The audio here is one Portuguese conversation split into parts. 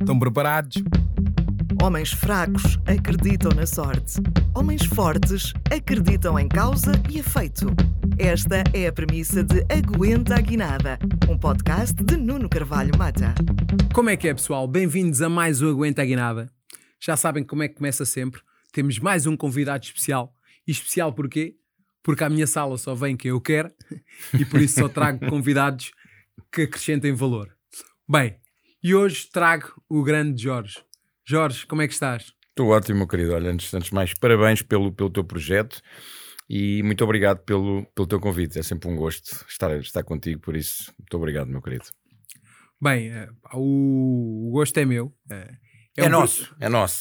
Estão preparados? Homens fracos acreditam na sorte. Homens fortes acreditam em causa e efeito. Esta é a premissa de Aguenta a Guinada, um podcast de Nuno Carvalho Mata. Como é que é, pessoal? Bem-vindos a mais um Aguenta a Guinada. Já sabem como é que começa sempre. Temos mais um convidado especial. E especial porquê? Porque à minha sala só vem quem eu quero e por isso só trago convidados que acrescentem valor. Bem, e hoje trago o grande Jorge. Jorge, como é que estás? Estou ótimo, meu querido. Olha, antes de mais, parabéns pelo teu projeto e muito obrigado pelo teu convite. É sempre um gosto estar contigo, por isso, muito obrigado, meu querido. Bem, o gosto é meu. É nosso.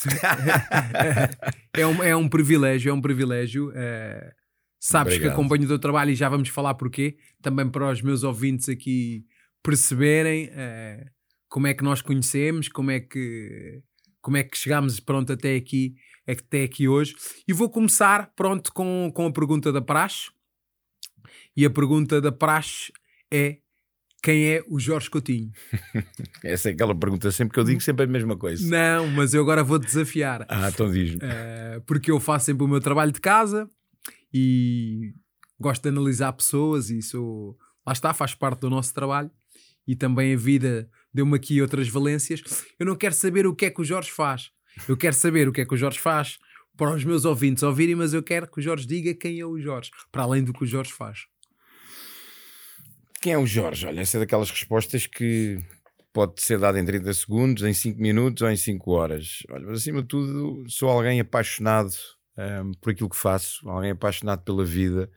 É um privilégio, sabes Obrigado. que acompanho o teu trabalho e já vamos falar porquê. Também para os meus ouvintes aqui perceberem como é que nós conhecemos, como é que chegámos até aqui hoje. E vou começar com a pergunta da praxe. E a pergunta da praxe é: quem é o Jorge Coutinho? Essa é aquela pergunta sempre que eu digo sempre a mesma coisa. Não, mas eu agora vou desafiar. Então diz-me. Porque eu faço sempre o meu trabalho de casa e gosto de analisar pessoas e lá está, faz parte do nosso trabalho. E também a vida deu-me aqui outras valências. Eu não quero saber o que é que o Jorge faz. Eu quero saber o que é que o Jorge faz para os meus ouvintes ouvirem, mas eu quero que o Jorge diga quem é o Jorge, para além do que o Jorge faz. Quem é o Jorge? Olha, essa é daquelas respostas que pode ser dada em 30 segundos, em 5 minutos ou em 5 horas. Olha, mas acima de tudo, sou alguém apaixonado por aquilo que faço, alguém apaixonado pela vida,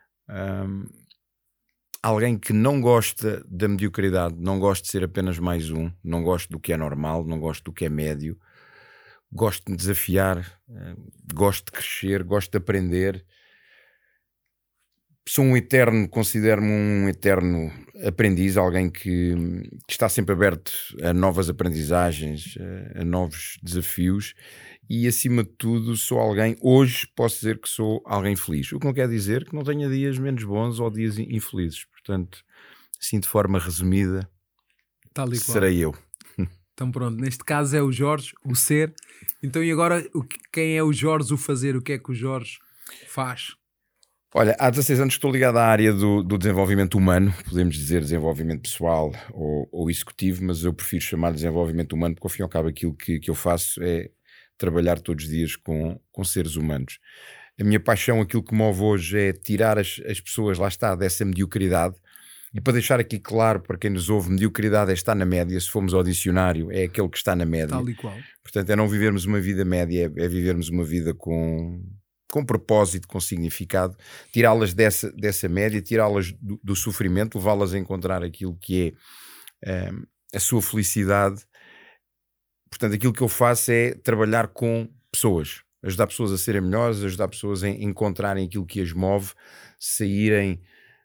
alguém que não gosta da mediocridade, não gosta de ser apenas mais um, não gosto do que é normal, não gosto do que é médio, gosto de me desafiar, gosto de crescer, gosto de aprender. Sou considero-me um eterno aprendiz, alguém que está sempre aberto a novas aprendizagens, a novos desafios e, acima de tudo, sou alguém, hoje posso dizer que sou alguém feliz, o que não quer dizer que não tenha dias menos bons ou dias infelizes. Portanto, assim de forma resumida, serei eu. Então pronto, neste caso é o Jorge, o ser. Então e agora, quem é o Jorge, o fazer? O que é que o Jorge faz? Olha, há 16 anos que estou ligado à área do desenvolvimento humano, podemos dizer desenvolvimento pessoal ou executivo, mas eu prefiro chamar de desenvolvimento humano porque ao fim e ao cabo aquilo que eu faço é trabalhar todos os dias com seres humanos. A minha paixão, aquilo que move hoje é tirar as pessoas, lá está, dessa mediocridade. E para deixar aqui claro para quem nos ouve, mediocridade é estar na média. Se formos ao dicionário, é aquele que está na média. Tal e qual. Portanto, é não vivermos uma vida média, é vivermos uma vida com propósito, com significado, tirá-las dessa média, tirá-las do sofrimento, levá-las a encontrar aquilo que é a sua felicidade. Portanto, aquilo que eu faço é trabalhar com pessoas, ajudar pessoas a serem melhores, ajudar pessoas a encontrarem aquilo que as move, saírem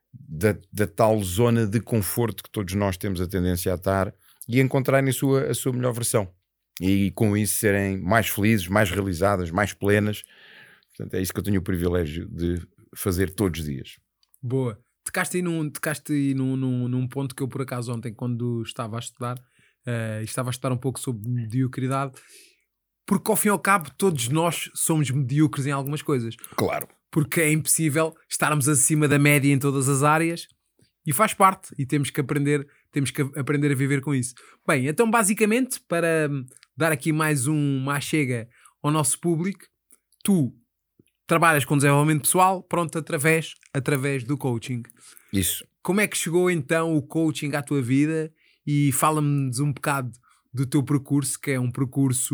da tal zona de conforto que todos nós temos a tendência a estar e encontrarem a sua melhor versão. E com isso serem mais felizes, mais realizadas, mais plenas. Portanto, é isso que eu tenho o privilégio de fazer todos os dias. Boa. Tocaste aí num ponto que eu, por acaso, ontem, quando estava a estudar um pouco sobre mediocridade, porque, ao fim e ao cabo, todos nós somos medíocres em algumas coisas. Claro. Porque é impossível estarmos acima da média em todas as áreas e faz parte. E temos que aprender a viver com isso. Bem, então, basicamente, para dar aqui mais uma chega ao nosso público, tu trabalhas com desenvolvimento pessoal, pronto, através do coaching. Isso. Como é que chegou então o coaching à tua vida? E fala-me um bocado do teu percurso, que é um percurso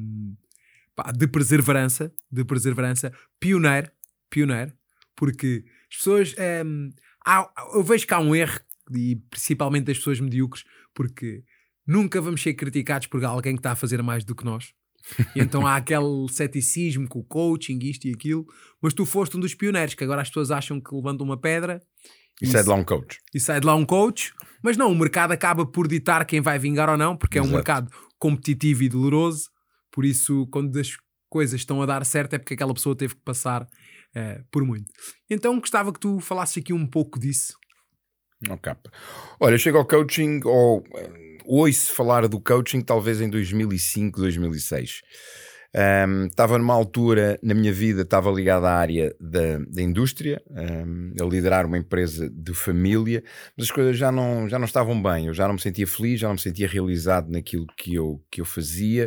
de perseverança, pioneiro, porque as pessoas... eu vejo que há um erro, e principalmente das pessoas medíocres, porque nunca vamos ser criticados por alguém que está a fazer mais do que nós. E então há aquele ceticismo com o coaching, isto e aquilo, mas tu foste um dos pioneiros, que agora as pessoas acham que levantam uma pedra e sai de lá um coach. E sai de lá um coach, mas não, o mercado acaba por ditar quem vai vingar ou não, porque é um mercado competitivo e doloroso, por isso quando as coisas estão a dar certo é porque aquela pessoa teve que passar por muito. Então gostava que tu falasses aqui um pouco disso. Ok. Olha, eu chego ao coaching, ou ouço falar do coaching talvez em 2005, 2006. Estava numa altura na minha vida, estava ligado à área da indústria, a liderar uma empresa de família, mas as coisas já não estavam bem. Eu já não me sentia feliz, já não me sentia realizado naquilo que eu fazia.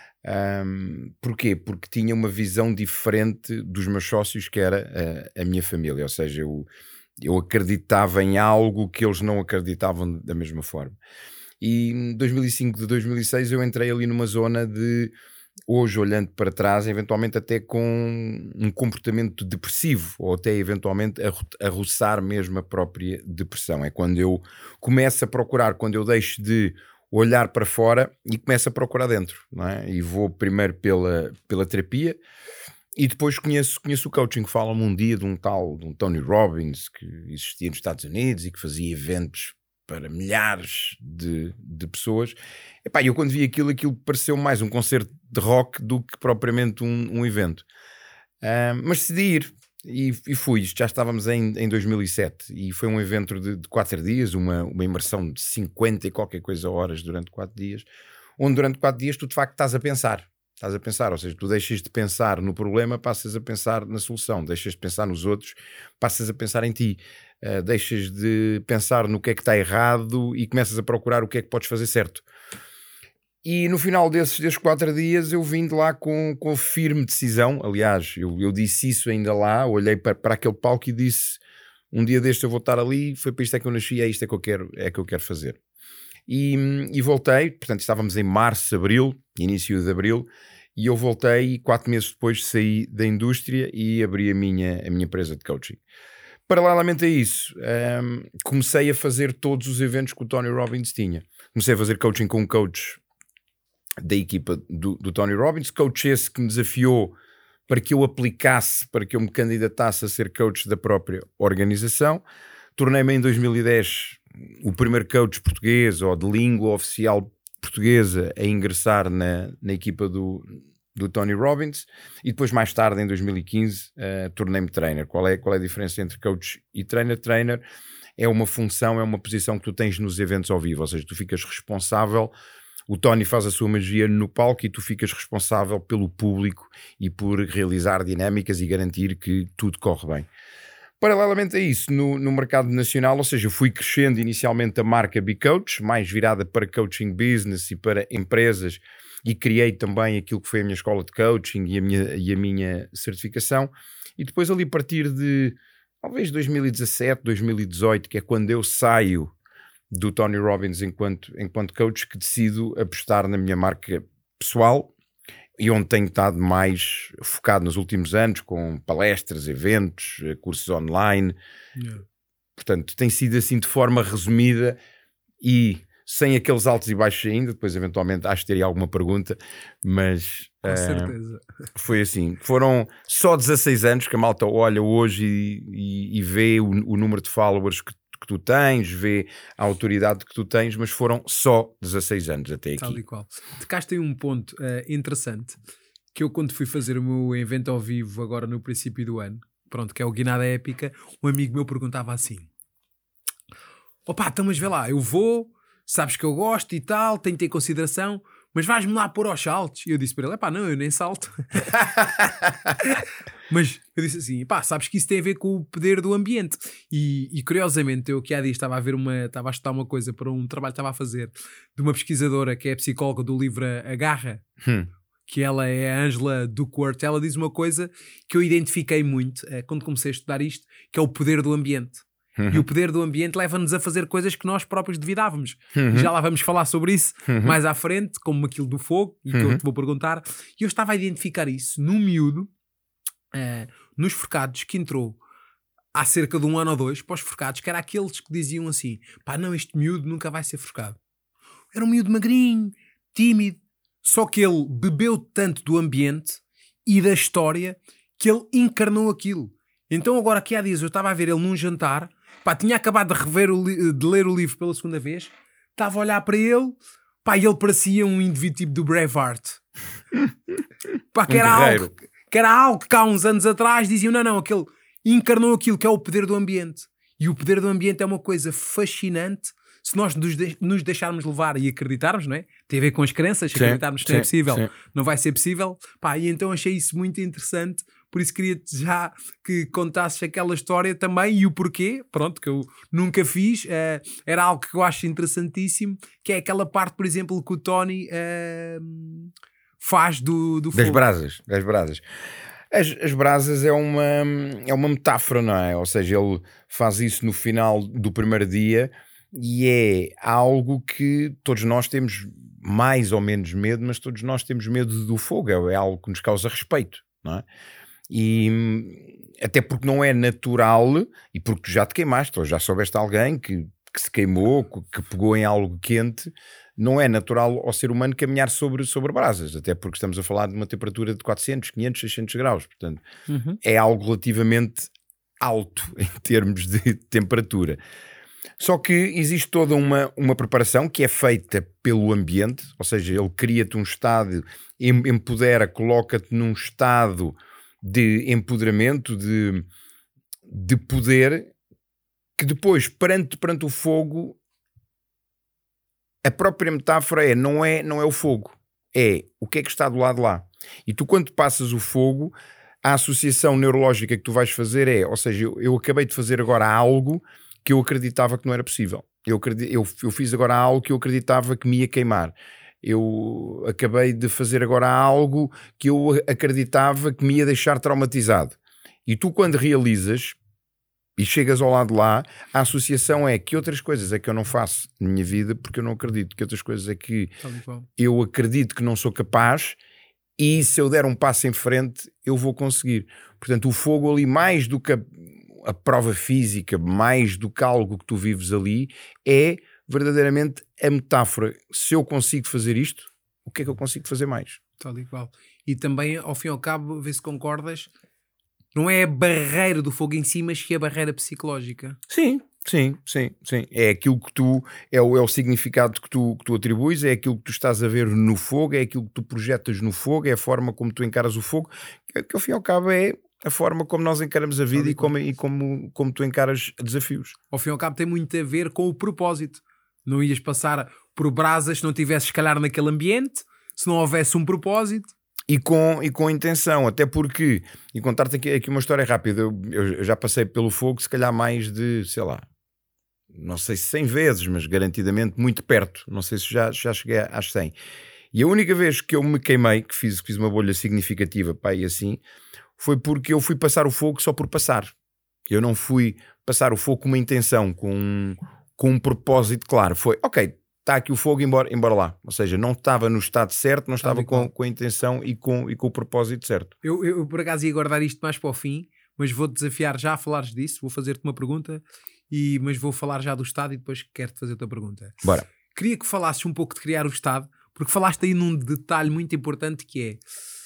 Porquê? Porque tinha uma visão diferente dos meus sócios, que era a minha família. Ou seja, eu acreditava em algo que eles não acreditavam da mesma forma. E em 2005, de 2006 eu entrei ali numa zona de, hoje olhando para trás, eventualmente até com um comportamento depressivo, ou até eventualmente a roçar mesmo a própria depressão. É quando eu começo a procurar, quando eu deixo de olhar para fora e começo a procurar dentro, não é? E vou primeiro pela terapia e depois conheço o coaching. Falam-me um dia de um Tony Robbins que existia nos Estados Unidos e que fazia eventos para milhares de pessoas. Epá, eu quando vi aquilo pareceu mais um concerto de rock do que propriamente um evento. Mas decidi ir e fui. Já estávamos em 2007 e foi um evento de 4 dias, uma imersão de 50 e qualquer coisa horas durante 4 dias, onde durante 4 dias tu de facto estás a pensar, ou seja, tu deixas de pensar no problema, passas a pensar na solução, deixas de pensar nos outros, passas a pensar em ti. Deixas de pensar no que é que está errado e começas a procurar o que é que podes fazer certo. E no final desses 4 dias eu vim de lá com firme decisão. Aliás, eu disse isso ainda lá, olhei para aquele palco e disse: um dia deste eu vou estar ali, foi para isto é que eu nasci, é isto é que eu quero fazer. E voltei, portanto estávamos em março, abril, início de abril, e eu voltei e 4 meses depois saí da indústria e abri a minha empresa de coaching. Paralelamente a isso, comecei a fazer todos os eventos que o Tony Robbins tinha. Comecei a fazer coaching com um coach da equipa do Tony Robbins, coach esse que me desafiou para que eu aplicasse, para que eu me candidatasse a ser coach da própria organização. Tornei-me em 2010 o primeiro coach português ou de língua oficial portuguesa a ingressar na equipa do Tony Robbins, e depois mais tarde em 2015 tornei-me trainer. Qual é a diferença entre coach e trainer? Trainer é uma função, é uma posição que tu tens nos eventos ao vivo, ou seja, tu ficas responsável, o Tony faz a sua magia no palco e tu ficas responsável pelo público e por realizar dinâmicas e garantir que tudo corre bem. Paralelamente a isso, no mercado nacional, ou seja, eu fui crescendo inicialmente a marca BeCoach, mais virada para coaching business e para empresas, e criei também aquilo que foi a minha escola de coaching e a minha certificação. E depois ali a partir de talvez 2017, 2018, que é quando eu saio do Tony Robbins enquanto coach, que decido apostar na minha marca pessoal e onde tenho estado mais focado nos últimos anos, com palestras, eventos, cursos online. Yeah. Portanto, tem sido assim de forma resumida e sem aqueles altos e baixos ainda. Depois eventualmente acho que teria alguma pergunta, mas com certeza. Foi assim, foram só 16 anos que a malta olha hoje e vê o número de followers que tu tens, vê a autoridade que tu tens, mas foram só 16 anos até aqui. Tal e qual. Tocaste aí um ponto interessante, que eu quando fui fazer o meu evento ao vivo agora no princípio do ano, pronto, que é o Guinada Épica, um amigo meu perguntava assim: opá, então mas vê lá, eu vou, sabes que eu gosto e tal, tenho que ter consideração, mas vais-me lá pôr aos saltos. E eu disse para ele: pá, não, eu nem salto. Mas eu disse assim: pá, sabes que isso tem a ver com o poder do ambiente. E curiosamente, eu que há dias estava a estudar uma coisa para um trabalho que estava a fazer, de uma pesquisadora que é psicóloga do livro A Garra, que ela é a Angela Duckworth. Ela diz uma coisa que eu identifiquei muito quando comecei a estudar isto, que é o poder do ambiente. E o poder do ambiente leva-nos a fazer coisas que nós próprios duvidávamos. E já lá vamos falar sobre isso mais à frente, como aquilo do fogo, e que eu te vou perguntar. E eu estava a identificar isso num miúdo, nos forcados, que entrou há cerca de 1 ano ou 2 para os forcados, que era aqueles que diziam assim: pá, não, este miúdo nunca vai ser forcado. Era um miúdo magrinho, tímido, só que ele bebeu tanto do ambiente e da história que ele encarnou aquilo. Então agora aqui há dias eu estava a ver ele num jantar, pá, tinha acabado de ler o livro pela segunda vez, estava a olhar para ele, pá, e ele parecia um indivíduo tipo do Braveheart. Pá, que era algo que há uns anos atrás diziam: não, aquele encarnou aquilo que é o poder do ambiente. E o poder do ambiente é uma coisa fascinante se nós nos deixarmos levar e acreditarmos, não é? Tem a ver com as crenças, se acreditarmos que não é possível, não vai ser possível. Pá, e então achei isso muito interessante, por isso queria-te já que contasses aquela história também e o porquê, pronto, que eu nunca fiz, era algo que eu acho interessantíssimo, que é aquela parte, por exemplo, que o Tony faz do das fogo. brasas. As brasas é uma metáfora, não é? Ou seja, ele faz isso no final do primeiro dia e é algo que todos nós temos mais ou menos medo, mas todos nós temos medo do fogo, é algo que nos causa respeito, não é? E até porque não é natural e porque tu já te queimaste, ou já soubeste alguém que se queimou, que pegou em algo quente. Não é natural ao ser humano caminhar sobre brasas, até porque estamos a falar de uma temperatura de 400, 500, 600 graus, portanto é algo relativamente alto em termos de temperatura. Só que existe toda uma preparação que é feita pelo ambiente, ou seja, ele cria-te um estado, empodera, coloca-te num estado de empoderamento, de poder, que depois perante o fogo, a própria metáfora não é o fogo, é o que é que está do lado de lá. E tu, quando passas o fogo, a associação neurológica que tu vais fazer ou seja, eu acabei de fazer agora algo que eu acreditava que não era possível. Eu fiz agora algo que eu acreditava que me ia queimar. Eu acabei de fazer agora algo que eu acreditava que me ia deixar traumatizado. E tu, quando realizas e chegas ao lado de lá, a associação é que outras coisas é que eu não faço na minha vida porque eu não acredito, que outras coisas é que eu acredito que não sou capaz e se eu der um passo em frente eu vou conseguir. Portanto, o fogo ali, mais do que a prova física, mais do que algo que tu vives ali, é verdadeiramente a metáfora. Se eu consigo fazer isto, o que é que eu consigo fazer mais? Tal e qual. E também, ao fim e ao cabo, vê se concordas, não é a barreira do fogo em si, mas que é a barreira psicológica. Sim. É aquilo que é o significado que tu atribuis, é aquilo que tu estás a ver no fogo, é aquilo que tu projetas no fogo, é a forma como tu encaras o fogo, que ao fim e ao cabo é a forma como nós encaramos a vida e como tu encaras desafios. Ao fim e ao cabo tem muito a ver com o propósito. Não ias passar por brasas se não tivesses, se calhar, naquele ambiente, se não houvesse um propósito. E com intenção, até porque, e contar-te aqui uma história rápida, eu já passei pelo fogo se calhar mais de, sei lá, não sei se 100 vezes, mas garantidamente muito perto, não sei se já cheguei às 100. E a única vez que eu me queimei, que fiz uma bolha significativa, pá, e assim, foi porque eu fui passar o fogo só por passar. Eu não fui passar o fogo com uma intenção, com um propósito claro. Foi, ok, está aqui o fogo, embora lá. Ou seja, não estava no estado certo, não estava com a intenção e com o propósito certo. Eu por acaso ia guardar isto mais para o fim, mas vou-te desafiar já a falares disso, vou fazer-te uma pergunta, mas vou falar já do Estado e depois quero-te fazer a tua pergunta. Bora. Queria que falasses um pouco de criar o Estado, porque falaste aí num detalhe muito importante que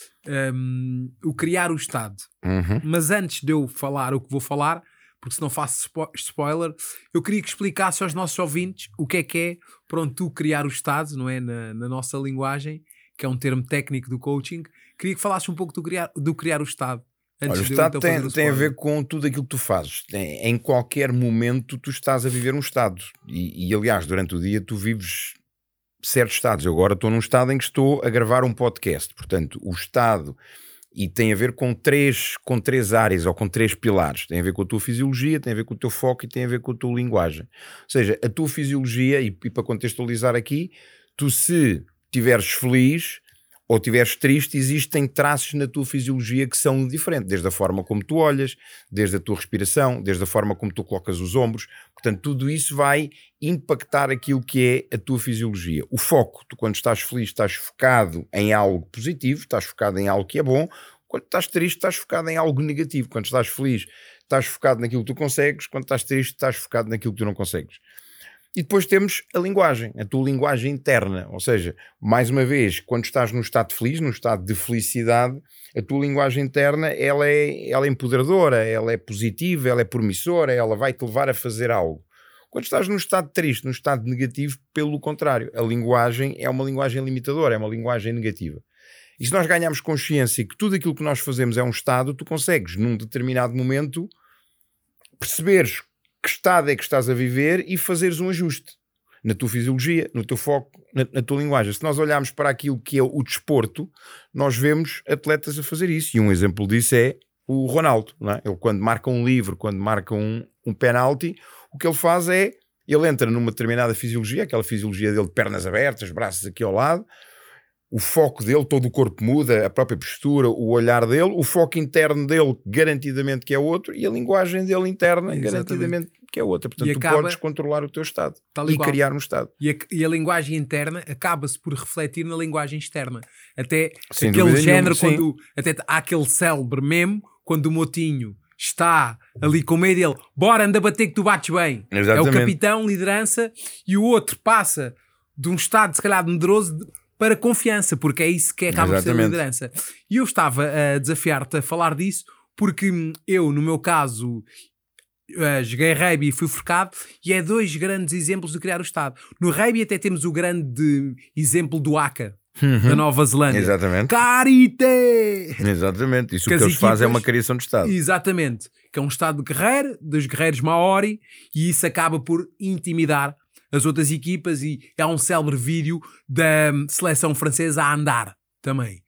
é o criar o Estado. Uhum. Mas antes de eu falar o que vou falar, porque se não faço spoiler, eu queria que explicasse aos nossos ouvintes o que é, pronto, tu criar o Estado, não é? Na nossa linguagem, que é um termo técnico do coaching. Queria que falasses um pouco do criar o Estado. Olha, o Estado tem a ver com tudo aquilo que tu fazes. Em qualquer momento tu estás a viver um Estado. E aliás, durante o dia tu vives certos estados. Eu agora estou num estado em que estou a gravar um podcast. Portanto, o Estado... E tem a ver com três áreas ou com três pilares. Tem a ver com a tua fisiologia, tem a ver com o teu foco e tem a ver com a tua linguagem. Ou seja, a tua fisiologia, e para contextualizar aqui, tu se estiveres feliz ou estiveres triste, existem traços na tua fisiologia que são diferentes. Desde a forma como tu olhas, desde a tua respiração, desde a forma como tu colocas os ombros. Portanto, tudo isso vai impactar aquilo que é a tua fisiologia. O foco, tu quando estás feliz estás focado em algo positivo, estás focado em algo que é bom. Quando estás triste estás focado em algo negativo. Quando estás feliz estás focado naquilo que tu consegues. Quando estás triste estás focado naquilo que tu não consegues. E depois temos a linguagem, a tua linguagem interna. Ou seja, mais uma vez, quando estás num estado feliz, num estado de felicidade, a tua linguagem interna ela é empoderadora, ela é positiva, ela é promissora, ela vai te levar a fazer algo. Quando estás num estado triste, num estado negativo, pelo contrário, a linguagem é uma linguagem limitadora, é uma linguagem negativa. E se nós ganharmos consciência que tudo aquilo que nós fazemos é um estado, tu consegues, num determinado momento, perceberes que estado é que estás a viver e fazeres um ajuste. na tua fisiologia, no teu foco, na tua linguagem. Se nós olharmos para aquilo que é o desporto, nós vemos atletas a fazer isso. E um exemplo disso é o Ronaldo. Não é? Ele, quando marca um livre, quando marca um penalti, o que ele faz é, ele entra numa determinada fisiologia, aquela fisiologia dele de pernas abertas, braços aqui ao lado, o foco dele, todo o corpo muda, a própria postura, o olhar dele, o foco interno dele garantidamente que é outro e a linguagem dele interna garantidamente que é outra. Portanto, tu podes controlar o teu estado e criar um estado. E a linguagem interna acaba-se por refletir na linguagem externa. Até sem aquele género, nenhuma, até há aquele célebre meme, quando o Motinho está ali com medo dele, bora, anda a bater que tu bates bem. Exatamente. É o capitão, liderança, e o outro passa de um estado, se calhar, medroso para confiança, porque é isso que acaba por ser a liderança. E eu estava a desafiar-te a falar disso, porque eu, no meu caso, joguei rugby e fui forcado, e é 2 grandes exemplos de criar o Estado. No rugby até temos o grande exemplo do Haka, da Nova Zelândia. Exatamente. Carite! Exatamente. Isso que eles fazem é uma criação de Estado. Exatamente. Que é um Estado de guerreiro, dos guerreiros Maori, e isso acaba por intimidar as outras equipas, e há um célebre vídeo da seleção francesa a andar também.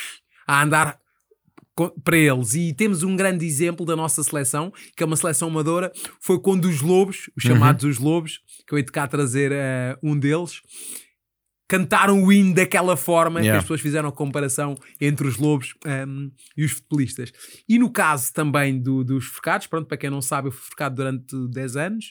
A andar para eles. E temos um grande exemplo da nossa seleção, que é uma seleção amadora, foi quando os lobos, os chamados os lobos, que eu hei de cá trazer um deles, cantaram o hino daquela forma que as pessoas fizeram a comparação entre os lobos e os futebolistas. E no caso também dos forcados, pronto, para quem não sabe, eu fui forcado durante 10 anos,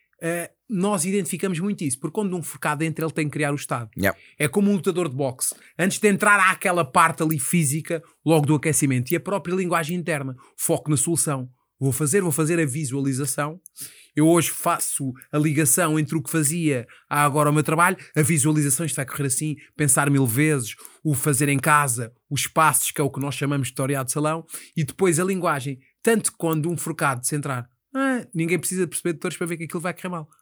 nós identificamos muito isso, porque quando um forcado entra, ele tem que criar o Estado. É como um lutador de boxe. Antes de entrar, há aquela parte ali física, logo do aquecimento, e a própria linguagem interna. Foco na solução. Vou fazer a visualização. Eu hoje faço a ligação entre o que fazia agora o meu trabalho, a visualização, isto vai correr assim, pensar 1000 vezes, o fazer em casa, os passos, que é o que nós chamamos de teoria de salão, e depois a linguagem. Tanto quando um forcado se entrar, ninguém precisa perceber de todos para ver que aquilo vai correr mal.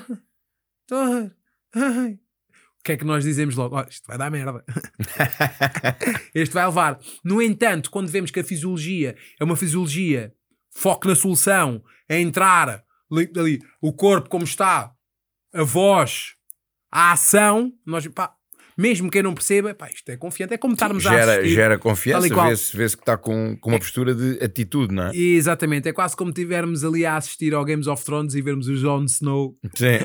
O que é que nós dizemos logo? Isto vai dar merda. Este vai levar. No entanto, quando vemos que a fisiologia é uma fisiologia, foco na solução, a entrar ali, o corpo como está, a voz, a ação, nós, mesmo quem não perceba, isto é confiante, é como estarmos a assistir. Gera confiança, vê-se que está com uma postura de atitude, não é? Exatamente, é quase como estivermos ali a assistir ao Games of Thrones e vermos o Jon Snow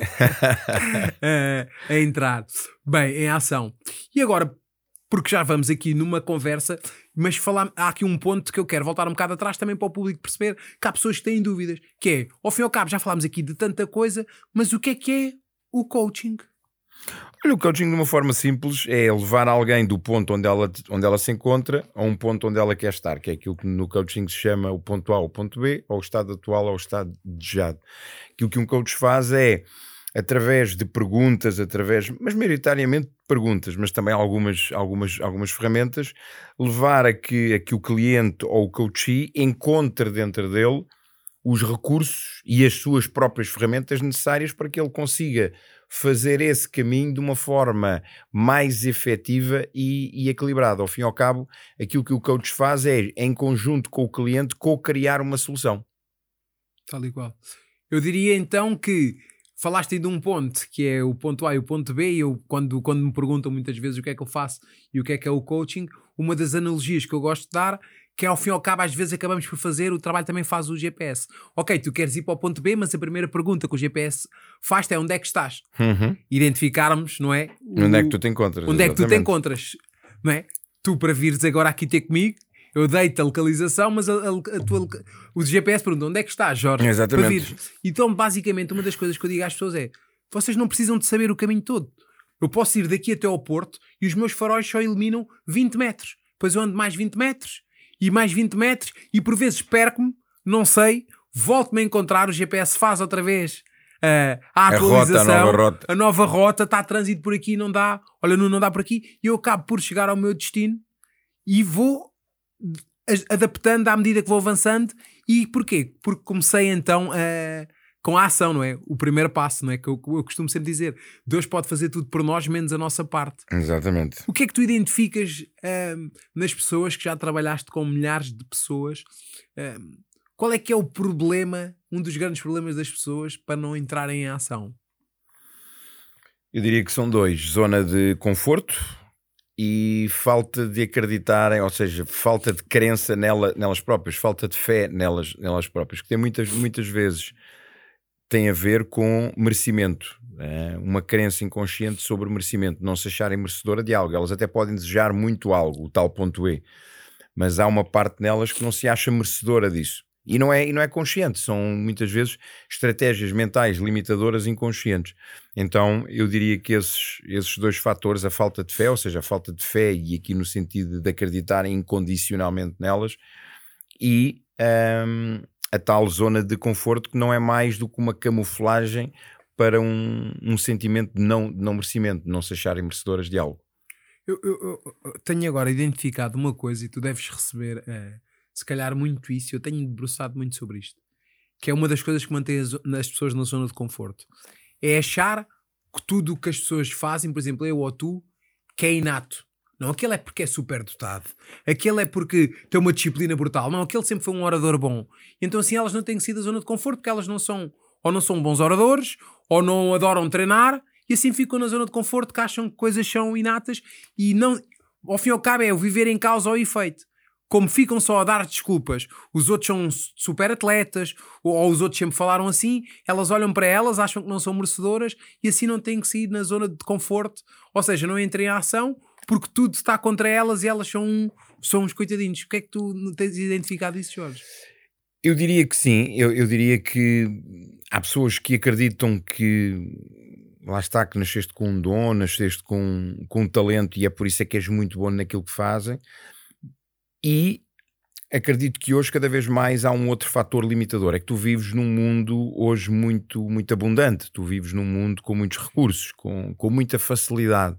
a entrar bem em ação. E agora, porque já vamos aqui numa conversa, mas há aqui um ponto que eu quero voltar um bocado atrás também para o público perceber que há pessoas que têm dúvidas, que é, ao fim e ao cabo, já falámos aqui de tanta coisa, mas o que é o coaching? Olha, o coaching, de uma forma simples, é levar alguém do ponto onde ela se encontra a um ponto onde ela quer estar, que é aquilo que no coaching se chama o ponto A ao ponto B, ou o estado atual ao estado desejado. Aquilo que um coach faz é, através de perguntas, mas maioritariamente perguntas, mas também algumas ferramentas, levar a que o cliente ou o coachee encontre dentro dele os recursos e as suas próprias ferramentas necessárias para que ele consiga fazer esse caminho de uma forma mais efetiva e equilibrada. Ao fim e ao cabo, aquilo que o coach faz é, em conjunto com o cliente, co-criar uma solução. Tal e qual. Eu diria então que falaste aí de um ponto, que é o ponto A e o ponto B, e eu, quando me perguntam muitas vezes o que é que eu faço e o que é o coaching, uma das analogias que eu gosto de dar, que é, ao fim e ao cabo, às vezes acabamos por fazer, o trabalho também faz o GPS. Ok, tu queres ir para o ponto B, mas a primeira pergunta que o GPS faz é onde é que estás? Identificarmos, não é? Onde é que tu te encontras? Onde é que tu te encontras, não é? Tu, para vires agora aqui ter comigo, eu dei-te a localização, mas o GPS pergunta onde é que estás, Jorge? Exatamente. Para vires. Então, basicamente, uma das coisas que eu digo às pessoas é, vocês não precisam de saber o caminho todo. Eu posso ir daqui até ao Porto e os meus faróis só iluminam 20 metros. Depois eu ando mais 20 metros e mais 20 metros e por vezes perco-me, não sei, volto-me a encontrar, o GPS faz outra vez a atualização, a nova rota, está trânsito por aqui, não dá, olha, não dá por aqui, e eu acabo por chegar ao meu destino e vou adaptando à medida que vou avançando. E porquê? Porque comecei então com a ação, não é? O primeiro passo, não é? Que eu costumo sempre dizer, Deus pode fazer tudo por nós, menos a nossa parte. Exatamente. O que é que tu identificas nas pessoas que já trabalhaste com milhares de pessoas? Qual é que é o problema, um dos grandes problemas das pessoas para não entrarem em ação? Eu diria que são dois: zona de conforto e falta de acreditarem, ou seja, falta de crença nelas próprias, falta de fé nelas próprias, que tem muitas vezes tem a ver com merecimento, uma crença inconsciente sobre merecimento, não se acharem merecedora de algo. Elas até podem desejar muito algo, o tal ponto E, mas há uma parte nelas que não se acha merecedora disso. E não é consciente, são muitas vezes estratégias mentais limitadoras inconscientes. Então eu diria que esses dois fatores, a falta de fé, ou seja, a falta de fé, e aqui no sentido de acreditarem incondicionalmente nelas, e a tal zona de conforto, que não é mais do que uma camuflagem para um sentimento de não merecimento, de não se acharem merecedoras de algo. Eu tenho agora identificado uma coisa, e tu deves receber se calhar muito isso. Eu tenho debruçado muito sobre isto, que é uma das coisas que mantém as pessoas na zona de conforto, é achar que tudo o que as pessoas fazem, por exemplo, eu ou tu, que é inato. Não, aquele é porque é super dotado, aquele é porque tem uma disciplina brutal, não, aquele sempre foi um orador bom. Então assim elas não têm que sair da zona de conforto, porque elas não são bons oradores, ou não adoram treinar, e assim ficam na zona de conforto, que acham que coisas são inatas, e não, ao fim e ao cabo é o viver em causa ou efeito. Como ficam só a dar desculpas, os outros são super atletas, ou os outros sempre falaram assim, elas olham para elas, acham que não são merecedoras, e assim não têm que sair na zona de conforto, ou seja, não entrem em ação, porque tudo está contra elas e elas são uns coitadinhos. O que é que tu tens identificado isso, Jorge? Eu diria que sim. Eu diria que há pessoas que acreditam que lá está, que nasceste com um dom, nasceste com um talento, e é por isso é que és muito bom naquilo que fazem. E acredito que hoje cada vez mais há um outro fator limitador, é que tu vives num mundo hoje muito, muito abundante, tu vives num mundo com muitos recursos, com muita facilidade.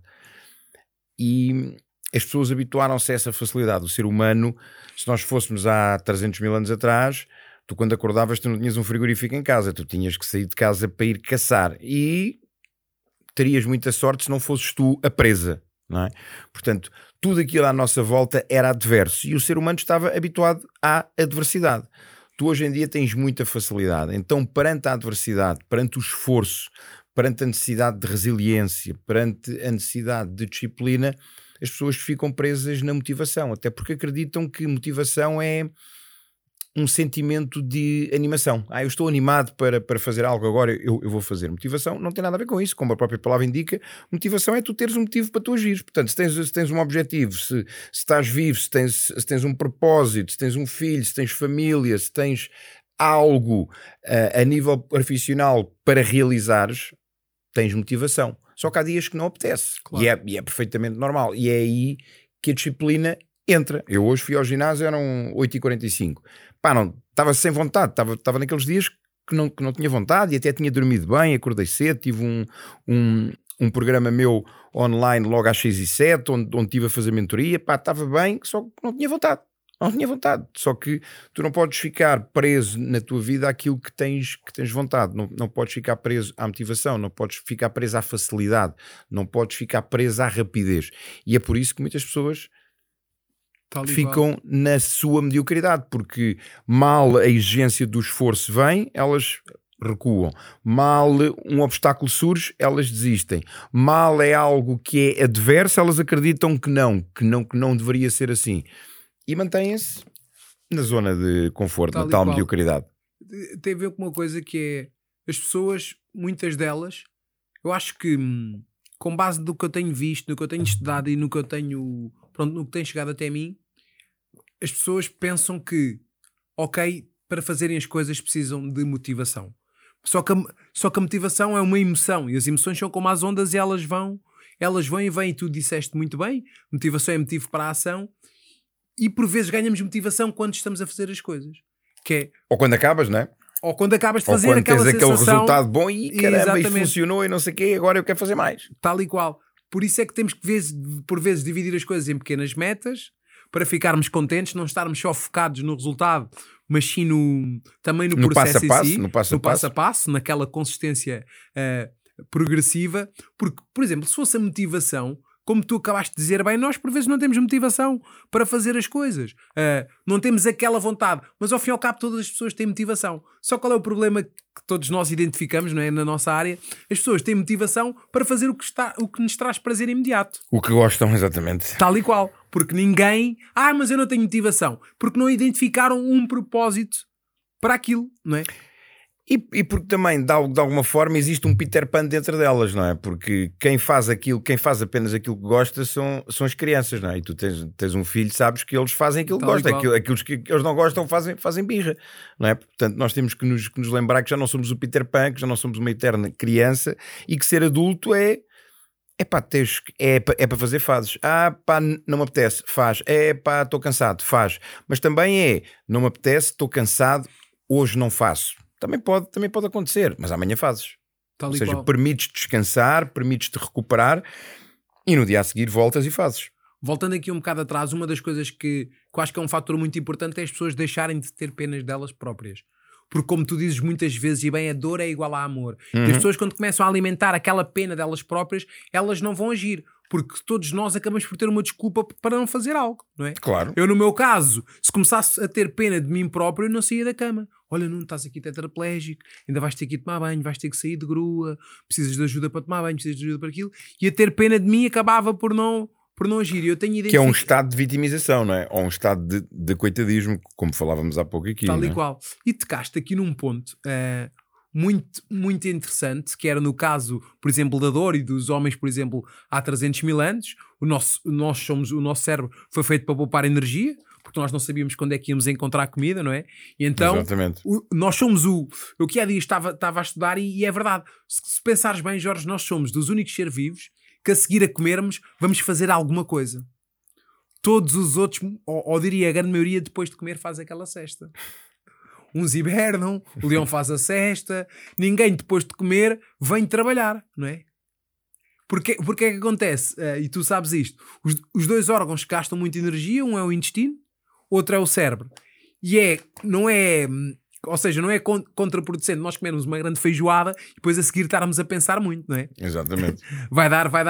E as pessoas habituaram-se a essa facilidade. O ser humano, se nós fôssemos há 300 mil anos atrás, tu quando acordavas tu não tinhas um frigorífico em casa, tu tinhas que sair de casa para ir caçar, e terias muita sorte se não fosses tu a presa, não é? Portanto, tudo aquilo à nossa volta era adverso, e o ser humano estava habituado à adversidade. Tu hoje em dia tens muita facilidade, então perante a adversidade, perante o esforço, perante a necessidade de resiliência, perante a necessidade de disciplina, as pessoas ficam presas na motivação, até porque acreditam que motivação é um sentimento de animação. Eu estou animado para fazer algo agora, eu vou fazer. Motivação não tem nada a ver com isso, como a própria palavra indica. Motivação é tu teres um motivo para tu agires. Portanto, se tens um objetivo, se estás vivo, se tens um propósito, se tens um filho, se tens família, se tens algo a nível profissional para realizares, tens motivação. Só que há dias que não apetece. Claro. E é perfeitamente normal. E é aí que a disciplina entra. Eu hoje fui ao ginásio, eram 8h45. Não, estava sem vontade. Estava naqueles dias que não tinha vontade, e até tinha dormido bem, acordei cedo, tive um programa meu online logo às 6h07, onde estive a fazer mentoria. Estava bem, só que não tinha vontade. Não tinha vontade, só que tu não podes ficar preso na tua vida àquilo que tens vontade, não podes ficar preso à motivação, não podes ficar preso à facilidade, não podes ficar preso à rapidez. E é por isso que muitas pessoas ficam na sua mediocridade, porque mal a exigência do esforço vem, elas recuam. Mal um obstáculo surge, elas desistem. Mal é algo que é adverso, elas acreditam que não deveria ser assim. E mantêm-se na zona de conforto, na tal mediocridade. Tem a ver com uma coisa que é, as pessoas, muitas delas, eu acho que com base no que eu tenho visto, no que eu tenho estudado e no que eu tenho, no que tem chegado até mim, as pessoas pensam que, ok, para fazerem as coisas precisam de motivação. Só que a motivação é uma emoção, e as emoções são como as ondas, e elas vão e vêm, e tu disseste muito bem, motivação é motivo para a ação. E por vezes ganhamos motivação quando estamos a fazer as coisas. Ou quando acabas, não é? Ou quando acabas de fazer aquela sensação. Ou quando tens aquele resultado bom e caramba, isto funcionou e não sei o quê, agora eu quero fazer mais. Tal e qual. Por isso é que temos que, por vezes, dividir as coisas em pequenas metas, para ficarmos contentes, não estarmos só focados no resultado, mas sim também no processo em si. No passo a passo, naquela consistência progressiva. Porque, por exemplo, se fosse a motivação, como tu acabaste de dizer bem, nós por vezes não temos motivação para fazer as coisas. Não temos aquela vontade. Mas ao fim e ao cabo todas as pessoas têm motivação. Só qual é o problema que todos nós identificamos, não é? Na nossa área? As pessoas têm motivação para fazer o que nos traz prazer imediato. O que gostam, exatamente. Tal e qual. Porque ninguém... mas eu não tenho motivação. Porque não identificaram um propósito para aquilo, não é? E porque também, de alguma forma, existe um Peter Pan dentro delas, não é? Porque quem faz apenas aquilo que gosta são as crianças, não é? E tu tens um filho, sabes que eles fazem aquilo que gostam, aqueles que eles não gostam fazem birra, não é? Portanto, nós temos que nos lembrar que já não somos o Peter Pan, que já não somos uma eterna criança e que ser adulto é para fazer fazes. Não me apetece, faz. Estou cansado, faz. Mas também não me apetece, estou cansado, hoje não faço. Também pode acontecer, mas amanhã fazes. Ou seja, permites descansar, permites-te recuperar e no dia a seguir voltas e fazes. Voltando aqui um bocado atrás, uma das coisas que eu acho que é um fator muito importante é as pessoas deixarem de ter penas delas próprias. Porque como tu dizes muitas vezes, e bem, a dor é igual a amor. E as pessoas quando começam a alimentar aquela pena delas próprias, elas não vão agir. Porque todos nós acabamos por ter uma desculpa para não fazer algo, não é? Claro. Eu, no meu caso, se começasse a ter pena de mim próprio, eu não saía da cama. Olha, não estás aqui tetraplégico, ainda vais ter que ir tomar banho, vais ter que sair de grua, precisas de ajuda para tomar banho, precisas de ajuda para aquilo. E a ter pena de mim acabava por não agir. Eu tenho que é um estado de vitimização, não é? Ou um estado de coitadismo, como falávamos há pouco aqui. Tal e qual. E tocaste aqui num ponto... muito, muito interessante, que era no caso, por exemplo, da dor e dos homens, por exemplo, há 300 mil anos, o nosso cérebro foi feito para poupar energia, porque nós não sabíamos quando é que íamos encontrar comida, não é? E então, nós somos eu que há dias estava a estudar e é verdade, se pensares bem, Jorge, nós somos dos únicos seres vivos que a seguir a comermos vamos fazer alguma coisa. Todos os outros, ou diria a grande maioria, depois de comer faz aquela cesta. Uns hibernam, o leão faz a cesta, ninguém depois de comer vem trabalhar, não é? Porque é que acontece? E tu sabes isto, os dois órgãos que gastam muita energia, um é o intestino, outro é o cérebro. E não é contraproducente nós comermos uma grande feijoada e depois a seguir estarmos a pensar muito, não é? Exatamente. Vai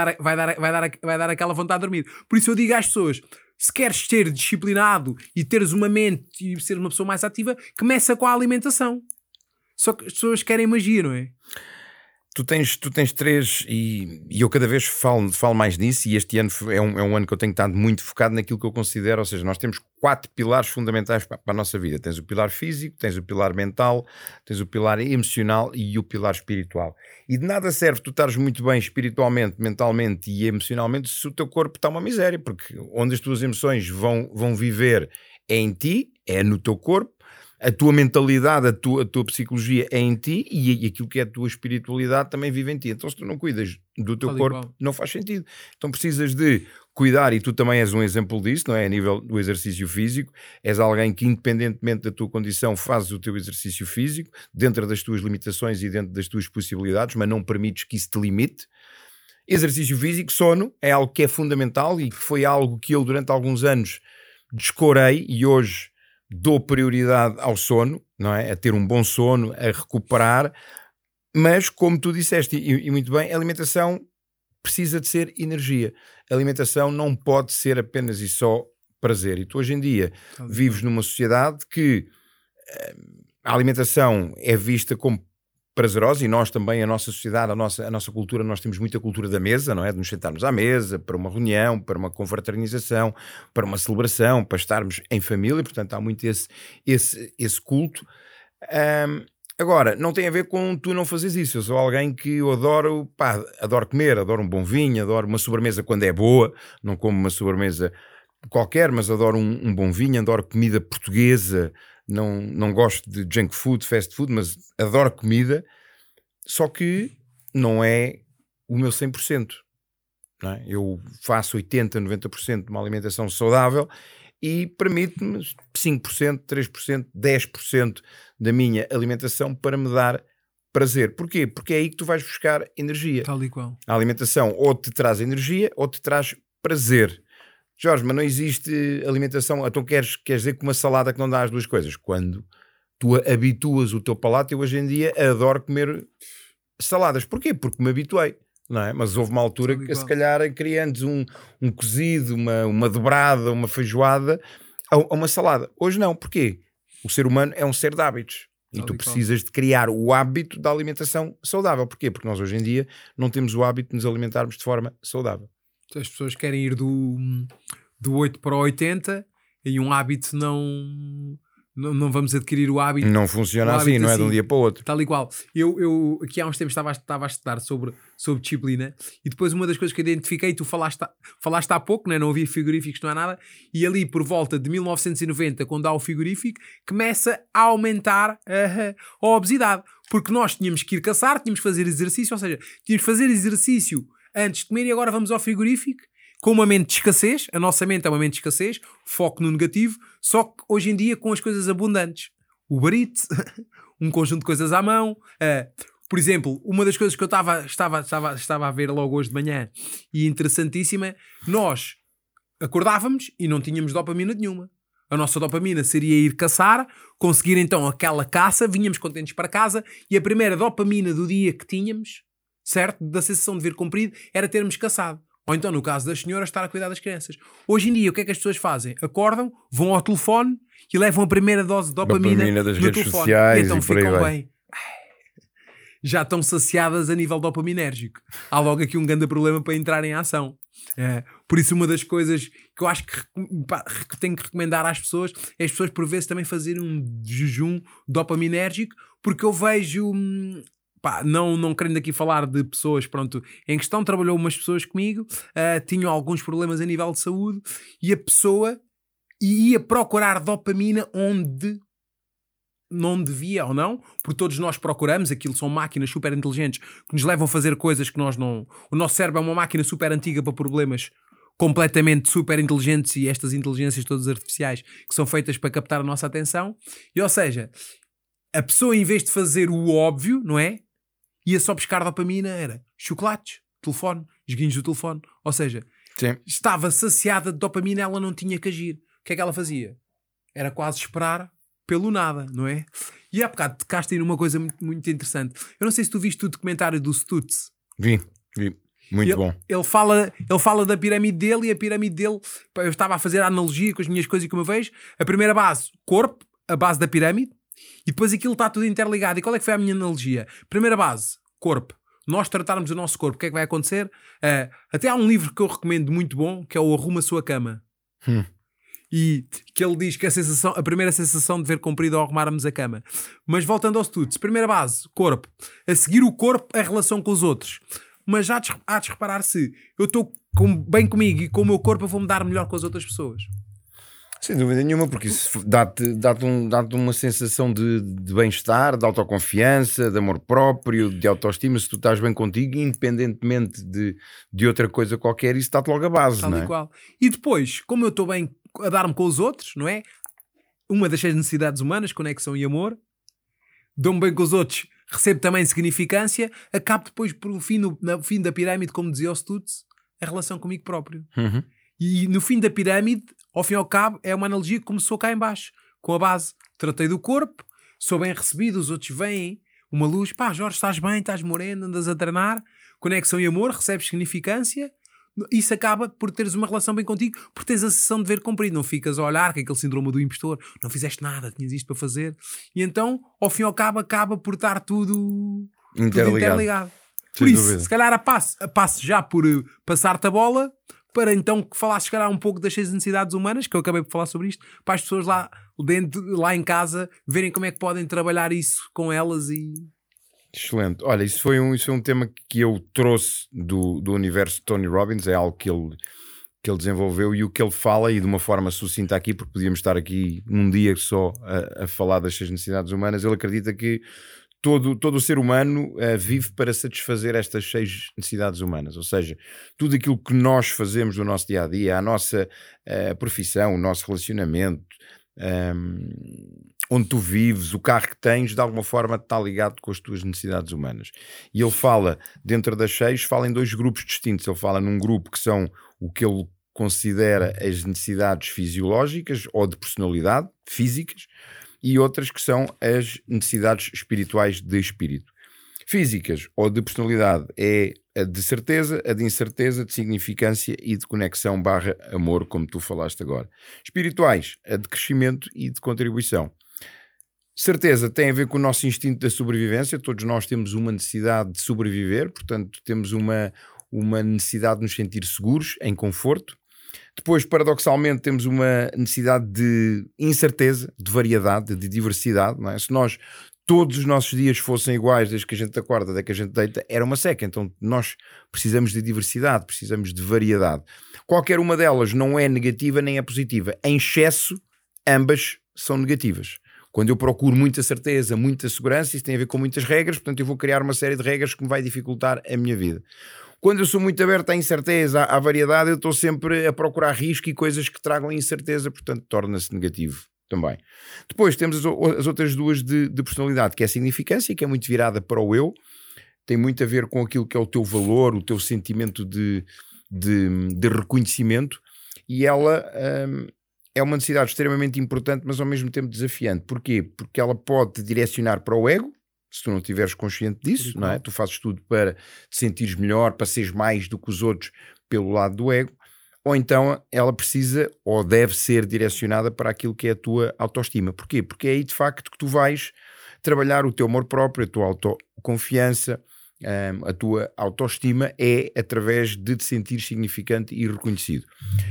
dar aquela vontade de dormir. Por isso eu digo às pessoas, se queres ser disciplinado e teres uma mente e ser uma pessoa mais ativa, começa com a alimentação. Só que as pessoas querem magia, não é? Tu tens três, e eu cada vez falo mais nisso, e este ano é um ano que eu tenho estado muito focado naquilo que eu considero, ou seja, nós temos 4 pilares fundamentais para a nossa vida. Tens o pilar físico, tens o pilar mental, tens o pilar emocional e o pilar espiritual. E de nada serve tu estares muito bem espiritualmente, mentalmente e emocionalmente se o teu corpo está uma miséria, porque onde as tuas emoções vão viver é em ti, é no teu corpo. A tua mentalidade, a tua psicologia é em ti e aquilo que é a tua espiritualidade também vive em ti. Então se tu não cuidas do teu corpo, não faz sentido. Então precisas de cuidar, e tu também és um exemplo disso, não é? A nível do exercício físico, és alguém que independentemente da tua condição fazes o teu exercício físico, dentro das tuas limitações e dentro das tuas possibilidades, mas não permites que isso te limite. Exercício físico, sono, é algo que é fundamental e que foi algo que eu durante alguns anos descorei e hoje dou prioridade ao sono, não é? A ter um bom sono, a recuperar, mas como tu disseste, e muito bem, a alimentação precisa de ser energia. A alimentação não pode ser apenas e só prazer. E tu hoje em dia vives numa sociedade que a alimentação é vista como prazerosa, e nós também, a nossa sociedade, a nossa cultura, nós temos muita cultura da mesa, não é? De nos sentarmos à mesa, para uma reunião, para uma confraternização, para uma celebração, para estarmos em família, portanto há muito esse culto. Agora, não tem a ver com tu não fazes isso. Eu sou alguém que eu adoro comer, adoro um bom vinho, adoro uma sobremesa quando é boa, não como uma sobremesa qualquer, mas adoro um bom vinho, adoro comida portuguesa. Não gosto de junk food, fast food, mas adoro comida, só que não é o meu 100%. Não é? Eu faço 80%, 90% de uma alimentação saudável e permite-me 5%, 3%, 10% da minha alimentação para me dar prazer. Porquê? Porque é aí que tu vais buscar energia. Tal e qual. A alimentação ou te traz energia ou te traz prazer. Jorge, mas não existe alimentação, então queres dizer que uma salada que não dá as duas coisas? Quando tu habituas o teu palato, eu hoje em dia adoro comer saladas. Porquê? Porque me habituei. não é? Mas houve uma altura que se calhar queria antes um cozido, uma dobrada, uma feijoada ou uma salada. Hoje não, porquê? O ser humano é um ser de hábitos. E tu precisas de criar o hábito da alimentação saudável. Porquê? Porque nós hoje em dia não temos o hábito de nos alimentarmos de forma saudável. As pessoas querem ir do 8 para o 80 e um hábito não vamos adquirir o hábito. Não funciona assim, não é de um dia para o outro. Tal e qual. Eu aqui há uns tempos estava a estudar sobre disciplina e depois uma das coisas que eu identifiquei, tu falaste há pouco, não havia frigoríficos, não há nada, e ali por volta de 1990, quando há o frigorífico, começa a aumentar a obesidade. Porque nós tínhamos que ir caçar, tínhamos que fazer exercício, ou seja, tínhamos que fazer exercício antes de comer e agora vamos ao frigorífico com uma mente de escassez. A nossa mente é uma mente de escassez, foco no negativo, só que hoje em dia com as coisas abundantes. O Uber Eats, um conjunto de coisas à mão. Por exemplo, uma das coisas que eu estava a ver logo hoje de manhã e interessantíssima, nós acordávamos e não tínhamos dopamina nenhuma. A nossa dopamina seria ir caçar, conseguir então aquela caça, vinhamos contentes para casa e a primeira dopamina do dia que tínhamos, certo? Da sensação de ver cumprido, era termos caçado. Ou então, no caso das senhoras, estar a cuidar das crianças. Hoje em dia, o que é que as pessoas fazem? Acordam, vão ao telefone e levam a primeira dose de dopamina das no redes telefone. sociais E então e por aí ficam vai. bem. Já estão saciadas a nível dopaminérgico. Há logo aqui um grande problema para entrar em ação. Por isso, uma das coisas que eu acho que tenho que recomendar às pessoas é as pessoas por vezes também fazerem um jejum dopaminérgico, porque eu vejo... não querendo aqui falar de pessoas, pronto, em questão trabalhou umas pessoas comigo, tinham alguns problemas a nível de saúde e a pessoa ia procurar dopamina onde não devia ou não, porque todos nós procuramos, aquilo são máquinas super inteligentes que nos levam a fazer coisas que nós não... O nosso cérebro é uma máquina super antiga para problemas completamente super inteligentes e estas inteligências todas artificiais que são feitas para captar a nossa atenção. E, ou seja, a pessoa em vez de fazer o óbvio, não é? Ia só buscar dopamina, era chocolates, telefone, joguinhos do telefone. Ou seja, sim, estava saciada de dopamina, ela não tinha que agir. O que é que ela fazia? Era quase esperar pelo nada, não é? E há bocado tocaste aí numa coisa muito, muito interessante. Eu não sei se tu viste o documentário do Stutz. Vi. Muito bom. Ele fala da pirâmide dele e a pirâmide dele, eu estava a fazer a analogia com as minhas coisas e como eu vejo. A primeira base, corpo, a base da pirâmide. E depois aquilo está tudo interligado. E qual é que foi a minha analogia? Primeira base, corpo. Nós tratarmos o nosso corpo. O que é que vai acontecer? Até há um livro que eu recomendo muito bom, que é o Arruma a Sua Cama. E que ele diz que a primeira sensação de ver cumprido ao arrumarmos a cama. Mas voltando aos estudos. Primeira base, corpo. A seguir o corpo, a relação com os outros. Mas já há de reparar se eu estou bem comigo e com o meu corpo eu vou-me dar melhor com as outras pessoas. Sem dúvida nenhuma, porque isso dá-te uma sensação de bem-estar, de autoconfiança, de amor próprio, de autoestima. Se tu estás bem contigo, independentemente de outra coisa qualquer, isso dá-te logo a base, não é? Igual. E depois, como eu estou bem a dar-me com os outros, não é? Uma das 6 necessidades humanas, conexão e amor. Dou-me bem com os outros, recebo também significância, acabo depois no fim da pirâmide, como dizia o Stutz, a relação comigo próprio. E no fim da pirâmide, ao fim e ao cabo, é uma analogia que começou cá em baixo, com a base. Tratei do corpo, sou bem recebido, os outros vêm, uma luz, Jorge, estás bem, estás moreno, andas a treinar, conexão e amor, recebes significância, isso acaba por teres uma relação bem contigo, por teres a sensação de ver cumprido, não ficas a olhar, que é aquele síndrome do impostor, não fizeste nada, tinhas isto para fazer, e então, ao fim e ao cabo, acaba por estar tudo interligado. Por isso, dúvida. Se calhar a passe já por passar-te a bola, para então que falasses, se calhar, um pouco das 6 necessidades humanas, que eu acabei por falar sobre isto, para as pessoas lá em casa verem como é que podem trabalhar isso com elas e... Excelente. Olha, isso foi um tema que eu trouxe do universo de Tony Robbins, é algo que ele desenvolveu e o que ele fala, e de uma forma sucinta aqui, porque podíamos estar aqui num dia só a falar das 6 necessidades humanas. Ele acredita que todo o ser humano vive para satisfazer estas 6 necessidades humanas, ou seja, tudo aquilo que nós fazemos no nosso dia-a-dia, a nossa profissão, o nosso relacionamento, onde tu vives, o carro que tens, de alguma forma está ligado com as tuas necessidades humanas. E ele fala, dentro das 6, fala em 2 grupos distintos. Ele fala num grupo que são o que ele considera as necessidades fisiológicas ou de personalidade, físicas, e outras que são as necessidades espirituais de espírito. Físicas ou de personalidade é A de certeza, a de incerteza, de significância e de conexão / amor, como tu falaste agora. Espirituais, a de crescimento e de contribuição. Certeza tem a ver com o nosso instinto da sobrevivência. Todos nós temos uma necessidade de sobreviver, portanto temos uma necessidade de nos sentir seguros, em conforto. Depois, paradoxalmente, temos uma necessidade de incerteza, de variedade, de diversidade, não é? Se nós todos os nossos dias fossem iguais, desde que a gente acorda, desde que a gente deita, era uma seca. Então nós precisamos de diversidade, precisamos de variedade. Qualquer uma delas não é negativa nem é positiva. Em excesso, ambas são negativas. Quando eu procuro muita certeza, muita segurança, isso tem a ver com muitas regras, portanto eu vou criar uma série de regras que me vai dificultar a minha vida. Quando eu sou muito aberto à incerteza, à variedade, eu estou sempre a procurar risco e coisas que tragam incerteza, portanto torna-se negativo também. Depois temos as outras duas de personalidade, que é a significância, que é muito virada para o eu, tem muito a ver com aquilo que é o teu valor, o teu sentimento de reconhecimento, e ela é uma necessidade extremamente importante, mas ao mesmo tempo desafiante. Porquê? Porque ela pode te direcionar para o ego, se tu não estiveres consciente disso, não é? Tu fazes tudo para te sentires melhor, para seres mais do que os outros pelo lado do ego, ou então ela precisa ou deve ser direcionada para aquilo que é a tua autoestima. Porquê? Porque é aí de facto que tu vais trabalhar o teu amor próprio, a tua autoconfiança, a tua autoestima é através de te sentir significante e reconhecido.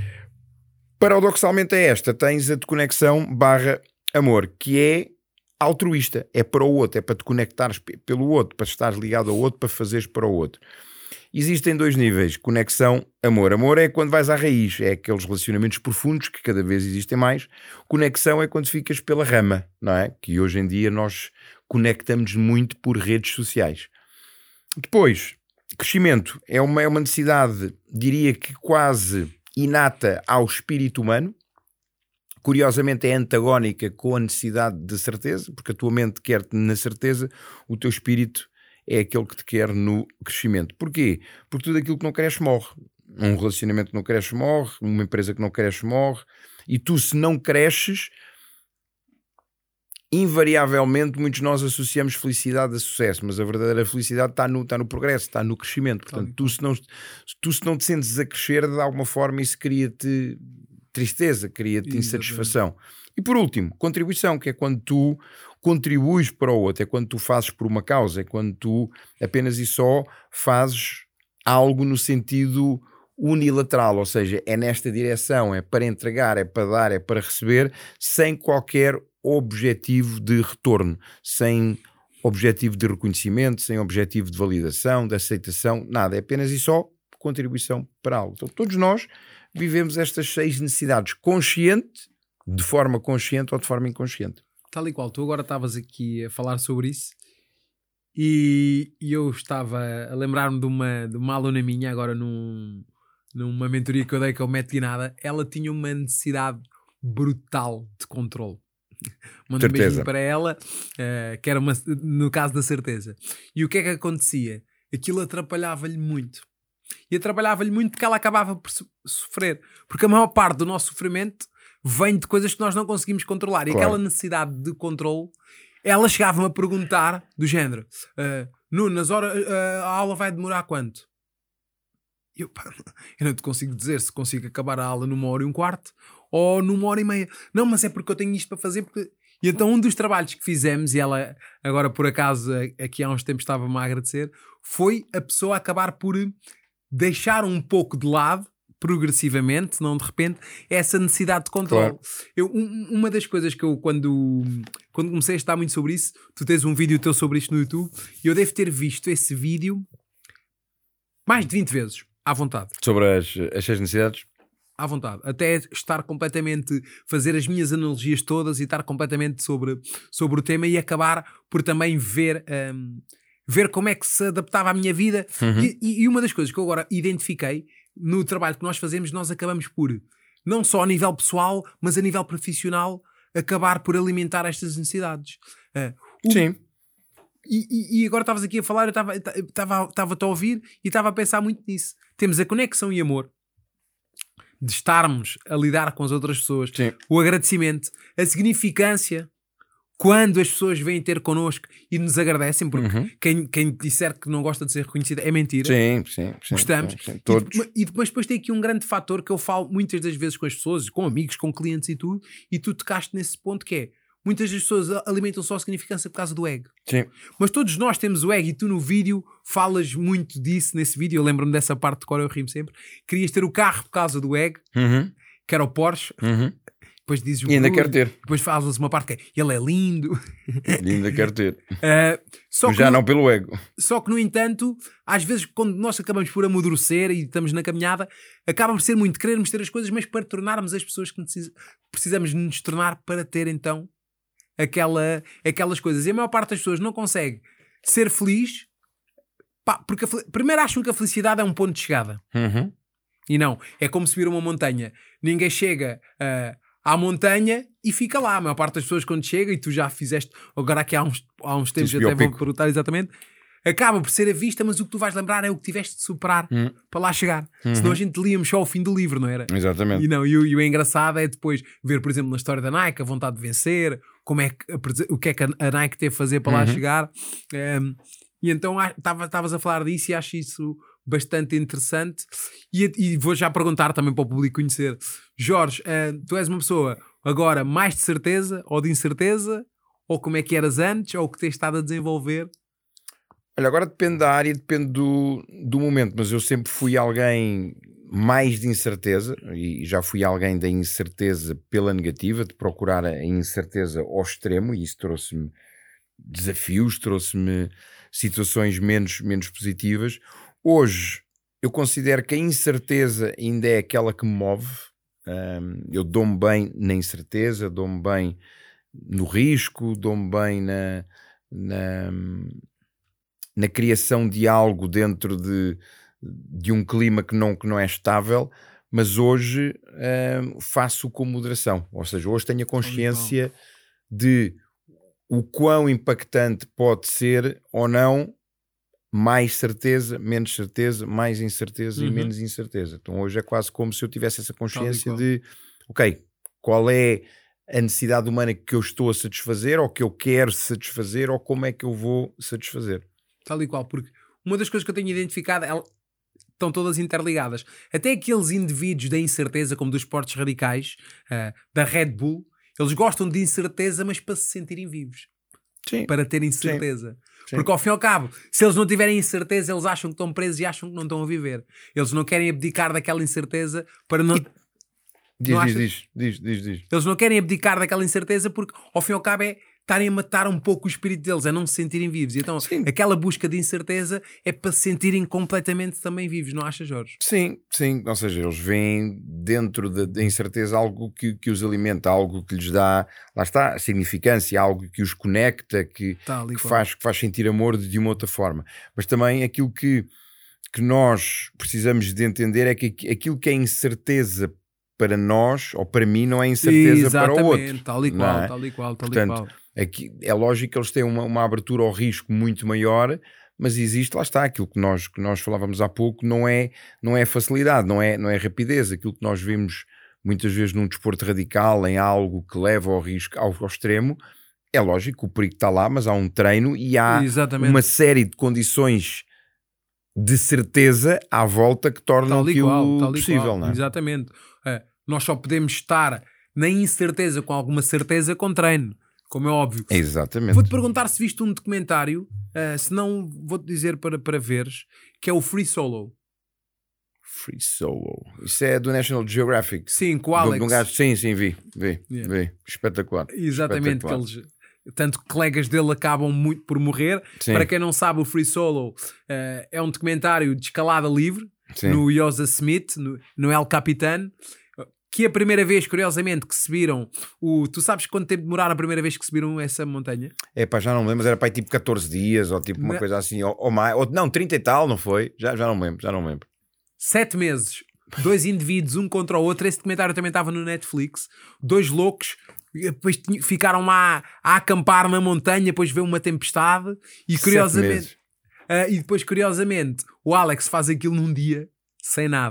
Paradoxalmente é esta, tens a de conexão / amor, que é altruísta, é para o outro, é para te conectares pelo outro, para estares ligado ao outro, para fazeres para o outro. Existem dois níveis, conexão, amor. Amor é quando vais à raiz, é aqueles relacionamentos profundos que cada vez existem mais. Conexão é quando ficas pela rama, não é? Que hoje em dia nós conectamos muito por redes sociais. Depois, crescimento é uma necessidade, diria que quase inata ao espírito humano. Curiosamente é antagónica com a necessidade de certeza, porque a tua mente quer-te na certeza, o teu espírito é aquele que te quer no crescimento. Porquê? Porque tudo aquilo que não cresce morre. Um relacionamento que não cresce morre, uma empresa que não cresce morre, e tu, se não cresces, invariavelmente muitos de nós associamos felicidade a sucesso, mas a verdadeira felicidade está no progresso, está no crescimento. Portanto, tu se não te sentes a crescer, de alguma forma isso cria-te tristeza, cria-te insatisfação. E por último, contribuição, que é quando tu contribuis para o outro, é quando tu fazes por uma causa, é quando tu apenas e só fazes algo no sentido unilateral, ou seja, é nesta direção, é para entregar, é para dar, é para receber, sem qualquer objetivo de retorno, sem objetivo de reconhecimento, sem objetivo de validação, de aceitação, nada, é apenas e só contribuição para algo. Então todos nós vivemos estas 6 necessidades de forma consciente ou de forma inconsciente. Tal e qual, tu agora estavas aqui a falar sobre isso e eu estava a lembrar-me de uma aluna minha agora numa mentoria que eu dei, que é o Método Guinada. Ela tinha uma necessidade brutal de controle. Manda um beijinho para ela, que era no caso da certeza. E o que é que acontecia? Aquilo atrapalhava-lhe muito. E atrapalhava-lhe muito porque ela acabava por sofrer. Porque a maior parte do nosso sofrimento vem de coisas que nós não conseguimos controlar. E aquela necessidade de controle, ela chegava-me a perguntar do género: Nuno, nas horas, a aula vai demorar quanto? Eu não te consigo dizer se consigo acabar a aula numa hora e um quarto ou numa hora e meia. Não, mas é porque eu tenho isto para fazer. E então um dos trabalhos que fizemos, e ela agora por acaso aqui há uns tempos estava-me a agradecer, foi a pessoa acabar por deixar um pouco de lado, progressivamente, não de repente, essa necessidade de controle. Claro. Uma das coisas que eu, quando comecei a estar muito sobre isso, tu tens um vídeo teu sobre isto no YouTube, e eu devo ter visto esse vídeo mais de 20 vezes, à vontade. Sobre as 6 necessidades? À vontade. Até estar completamente, fazer as minhas analogias todas e estar completamente sobre o tema e acabar por também ver como é que se adaptava à minha vida. E uma das coisas que eu agora identifiquei no trabalho que nós fazemos, nós acabamos por, não só a nível pessoal, mas a nível profissional, acabar por alimentar estas necessidades. Sim. E agora estavas aqui a falar, eu estava-te a ouvir e estava a pensar muito nisso. Temos a conexão e amor, de estarmos a lidar com as outras pessoas. Sim. O agradecimento, a significância, quando as pessoas vêm ter connosco e nos agradecem, porque quem disser que não gosta de ser reconhecido é mentira. Sim. Gostamos. Sim, todos. Mas depois tem aqui um grande fator que eu falo muitas das vezes com as pessoas, com amigos, com clientes e tudo, e tu tocaste nesse ponto que é, muitas das pessoas alimentam só a significância por causa do ego. Sim. Mas todos nós temos o ego e tu no vídeo falas muito disso nesse vídeo. Eu lembro-me dessa parte de cor, eu rimo sempre. Querias ter o carro por causa do ego, que era o Porsche. Depois dizes e ainda quero ter. Depois falas uma parte que é, ele é lindo. E ainda quero ter. Só já não pelo ego. Só que, no entanto, às vezes quando nós acabamos por amadurecer e estamos na caminhada, acaba por ser muito querermos ter as coisas, mas para tornarmos as pessoas que precisamos de nos tornar para ter então aquelas coisas. E a maior parte das pessoas não consegue ser feliz, porque primeiro acham que a felicidade é um ponto de chegada. E não, é como subir uma montanha. Ninguém chega à montanha e fica lá. A maior parte das pessoas quando chega, e tu já fizeste agora aqui há uns tempos, eu até vou perguntar exatamente, acaba por ser a vista, mas o que tu vais lembrar é o que tiveste de superar para lá chegar. Senão a gente líamos só o fim do livro, não era? Exatamente. E o engraçado é depois ver, por exemplo, na história da Nike, a vontade de vencer, o que é que a Nike teve a fazer para lá chegar. E então estavas a falar disso e acho isso bastante interessante. E vou já perguntar também para o público conhecer. Jorge, tu és uma pessoa agora mais de certeza ou de incerteza? Ou como é que eras antes? Ou o que tens estado a desenvolver? Olha, agora depende da área, depende do momento, mas eu sempre fui alguém mais de incerteza e já fui alguém da incerteza pela negativa, de procurar a incerteza ao extremo, e isso trouxe-me desafios, trouxe-me situações menos positivas. Hoje eu considero que a incerteza ainda é aquela que me move. Eu dou-me bem na incerteza, dou-me bem no risco, dou-me bem na criação de algo dentro de um clima que não é estável, mas hoje faço com moderação. Ou seja, hoje tenho a consciência de o quão impactante pode ser ou não mais certeza, menos certeza, mais incerteza e menos incerteza. Então hoje é quase como se eu tivesse essa consciência de, ok, qual é a necessidade humana que eu estou a satisfazer, ou que eu quero satisfazer, ou como é que eu vou satisfazer. Tal e qual, porque uma das coisas que eu tenho identificado, estão todas interligadas. Até aqueles indivíduos da incerteza, como dos esportes radicais, da Red Bull, eles gostam de incerteza, mas para se sentirem vivos. Sim. Para terem certeza. Sim. Porque ao fim e ao cabo, se eles não tiverem incerteza, eles acham que estão presos e acham que não estão a viver. Eles não querem abdicar daquela incerteza para não... Diz. Eles não querem abdicar daquela incerteza porque ao fim e ao cabo é estarem a matar um pouco o espírito deles, é não se sentirem vivos. Então aquela busca de incerteza é para se sentirem completamente também vivos, não achas, Jorge? Sim, ou seja, eles veem dentro da incerteza algo que os alimenta, algo que lhes dá, lá está, significância, algo que os conecta, que faz sentir amor de uma outra forma. Mas também aquilo que nós precisamos de entender é que aquilo que é incerteza para nós, ou para mim, não é incerteza para o outro. Tal e qual. Portanto, aqui, é lógico que eles têm uma abertura ao risco muito maior, mas existe, lá está, aquilo que nós falávamos há pouco, não é facilidade, não é rapidez. Aquilo que nós vimos muitas vezes num desporto radical, em algo que leva ao risco, ao extremo, é lógico, o perigo está lá, mas há um treino e há uma série de condições de certeza à volta que tornam aquilo possível. Não é? Exatamente. Nós só podemos estar na incerteza com alguma certeza com treino, como é óbvio. Exatamente. Vou-te perguntar se viste um documentário, se não vou-te dizer para veres, que é o Free Solo. Free Solo. Isso é do National Geographic. Sim, com o Alex. Sim, vi. Espetacular. Exatamente, que eles... Tanto que colegas dele acabam muito por morrer. Sim. Para quem não sabe, o Free Solo é um documentário de escalada livre. Sim. No Yosemite, no El Capitan, que a primeira vez, curiosamente, que subiram tu sabes quanto tempo demoraram a primeira vez que subiram essa montanha? Já não me lembro, mas era para aí tipo 14 dias ou tipo uma coisa assim, ou mais, ou não, 30 e tal, não foi? Já não me lembro. 7 meses, 2 indivíduos, um contra o outro. Esse documentário também estava no Netflix. 2 loucos, depois ficaram lá a acampar na montanha, depois veio uma tempestade e curiosamente... e depois, curiosamente, o Alex faz aquilo num dia, sem nada.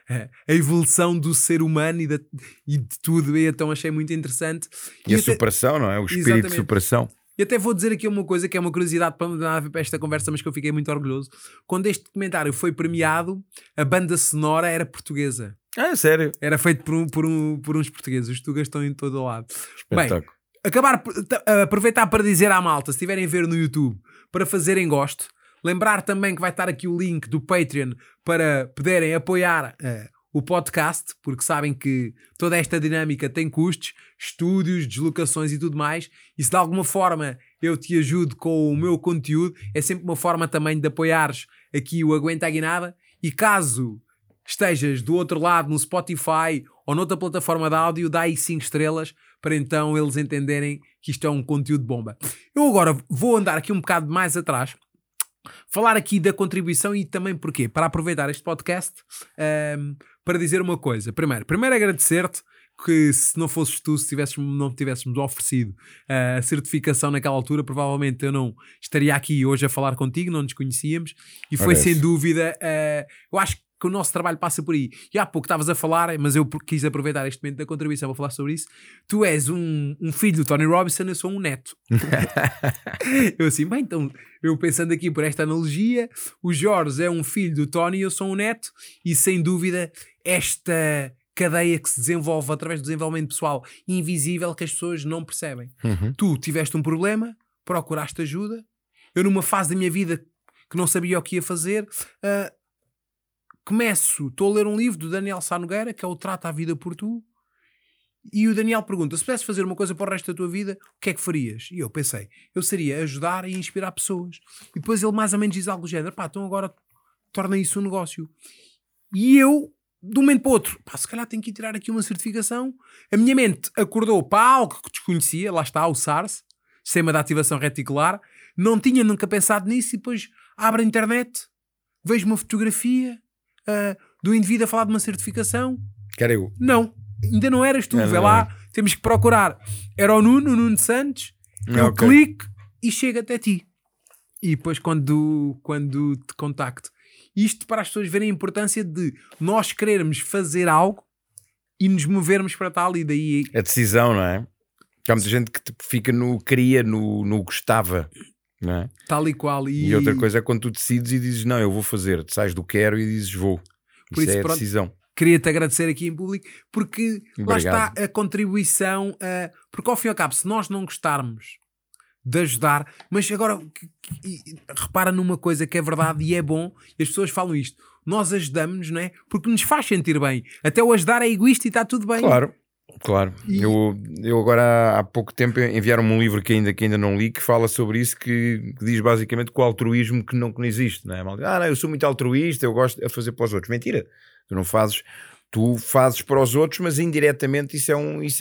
a evolução do ser humano e de tudo, e então achei muito interessante. E a superação, não é? O espírito de superação. E até vou dizer aqui uma coisa que é uma curiosidade para não dar nada a ver para esta conversa, mas que eu fiquei muito orgulhoso. Quando este documentário foi premiado, a banda sonora era portuguesa. Ah, sério? Era feito por uns portugueses. Os tugas estão em todo o lado. Espetáculo. Bem, aproveitar para dizer à malta, se estiverem a ver no YouTube, para fazerem gosto. Lembrar também que vai estar aqui o link do Patreon para poderem apoiar o podcast, porque sabem que toda esta dinâmica tem custos, estúdios, deslocações e tudo mais, e se de alguma forma eu te ajudo com o meu conteúdo, é sempre uma forma também de apoiares aqui o Aguenta a Guinada. E caso estejas do outro lado no Spotify ou noutra plataforma de áudio, dá aí 5 estrelas para então eles entenderem que isto é um conteúdo bomba. Eu agora vou andar aqui um bocado mais atrás, falar aqui da contribuição e também porquê? Para aproveitar este podcast para dizer uma coisa. Primeiro agradecer-te que se não fosses tu, se não tivéssemos oferecido a certificação naquela altura, provavelmente eu não estaria aqui hoje a falar contigo, não nos conhecíamos e foi sem dúvida, eu acho que o nosso trabalho passa por aí. E há pouco estavas a falar, mas eu quis aproveitar este momento da contribuição para falar sobre isso. Tu és um filho do Tony Robinson, eu sou um neto. Eu assim, bem, então, eu pensando aqui por esta analogia, o Jorge é um filho do Tony e eu sou um neto, e sem dúvida esta cadeia que se desenvolve através do desenvolvimento pessoal invisível que as pessoas não percebem. Tu tiveste um problema, procuraste ajuda, eu numa fase da minha vida que não sabia o que ia fazer, estou a ler um livro do Daniel Sá Nogueira, que é o Trata a Vida por Tu, e o Daniel pergunta, se pudesses fazer uma coisa para o resto da tua vida, o que é que farias? E eu pensei, eu seria ajudar e inspirar pessoas. E depois ele mais ou menos diz algo do género, então agora torna isso um negócio. E eu, de um momento para o outro, se calhar tenho que ir tirar aqui uma certificação. A minha mente acordou para algo que desconhecia, lá está, o SARS, Sistema de Ativação Reticular, não tinha nunca pensado nisso, e depois abro a internet, vejo uma fotografia do indivíduo a falar de uma certificação. Que era eu. Não, ainda não eras tu, vê lá, temos que procurar. Era o Nuno Santos, eu clico e chego até ti. E depois quando te contacto, isto para as pessoas verem a importância de nós querermos fazer algo e nos movermos para tal, e daí... A decisão, não é? Há muita gente que fica no gostava, não é? Tal e qual. E outra coisa é quando tu decides e dizes, não, eu vou fazer. Tu sais do quero e dizes, vou. Por isso, é a decisão. Queria-te agradecer aqui em público, porque obrigado. Lá está a contribuição, porque ao fim e ao cabo, se nós não gostarmos de ajudar, mas agora repara numa coisa que é verdade e é bom, e as pessoas falam isto, nós ajudamos, não é? Porque nos faz sentir bem. Até o ajudar é egoísta e está tudo bem. Claro. E... Eu agora há pouco tempo enviaram-me um livro que ainda não li, que fala sobre isso, que diz basicamente que o altruísmo que não existe, não é? Não, eu sou muito altruísta, eu gosto de fazer para os outros. Mentira, tu não fazes, tu fazes para os outros, mas indiretamente isso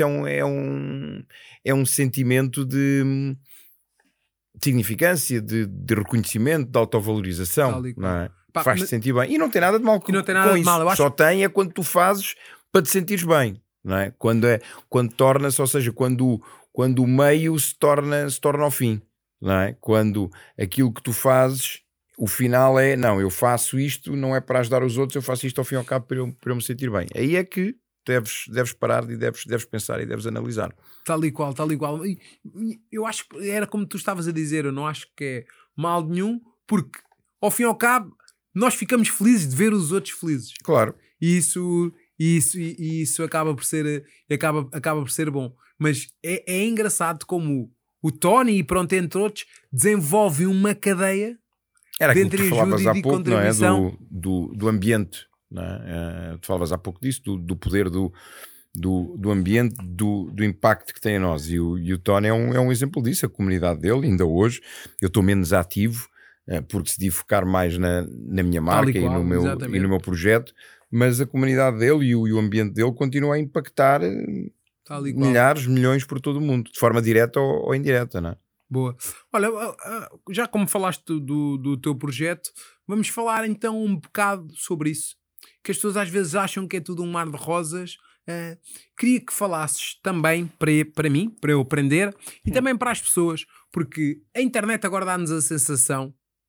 é um sentimento de significância, de reconhecimento, de autovalorização, não é? Faz-te sentir bem. E não tem nada de mal com isso. Só tem quando tu fazes para te sentires bem. Não é? Quando torna-se, ou seja, quando o meio se torna ao fim, não é? Quando aquilo que tu fazes, o final é, não, eu faço isto, não é para ajudar os outros, eu faço isto ao fim e ao cabo para eu me sentir bem. Aí é que deves parar e deves pensar e deves analisar. Tal e qual. E eu acho que era como tu estavas a dizer, eu não acho que é mal nenhum, porque ao fim e ao cabo nós ficamos felizes de ver os outros felizes. Claro. E isso acaba por ser bom. Mas é engraçado como o Tony, e pronto, entre outros, desenvolve uma cadeia. Era aquilo que tu falavas há pouco, não é? Do ambiente, não é? Tu falavas há pouco disso, do poder do ambiente, do impacto que tem a nós. E o Tony é um exemplo disso. A comunidade dele, ainda hoje, eu estou menos ativo, porque decidi focar mais na minha marca e no meu projeto. Mas a comunidade dele e o ambiente dele continua a impactar milhares, milhões por todo o mundo, de forma direta ou indireta, não é? Boa. Olha, já como falaste do teu projeto, vamos falar então um bocado sobre isso. Que as pessoas às vezes acham que é tudo um mar de rosas. Queria que falasses também para mim, para eu aprender, e também para as pessoas, porque a internet agora dá-nos a sensação,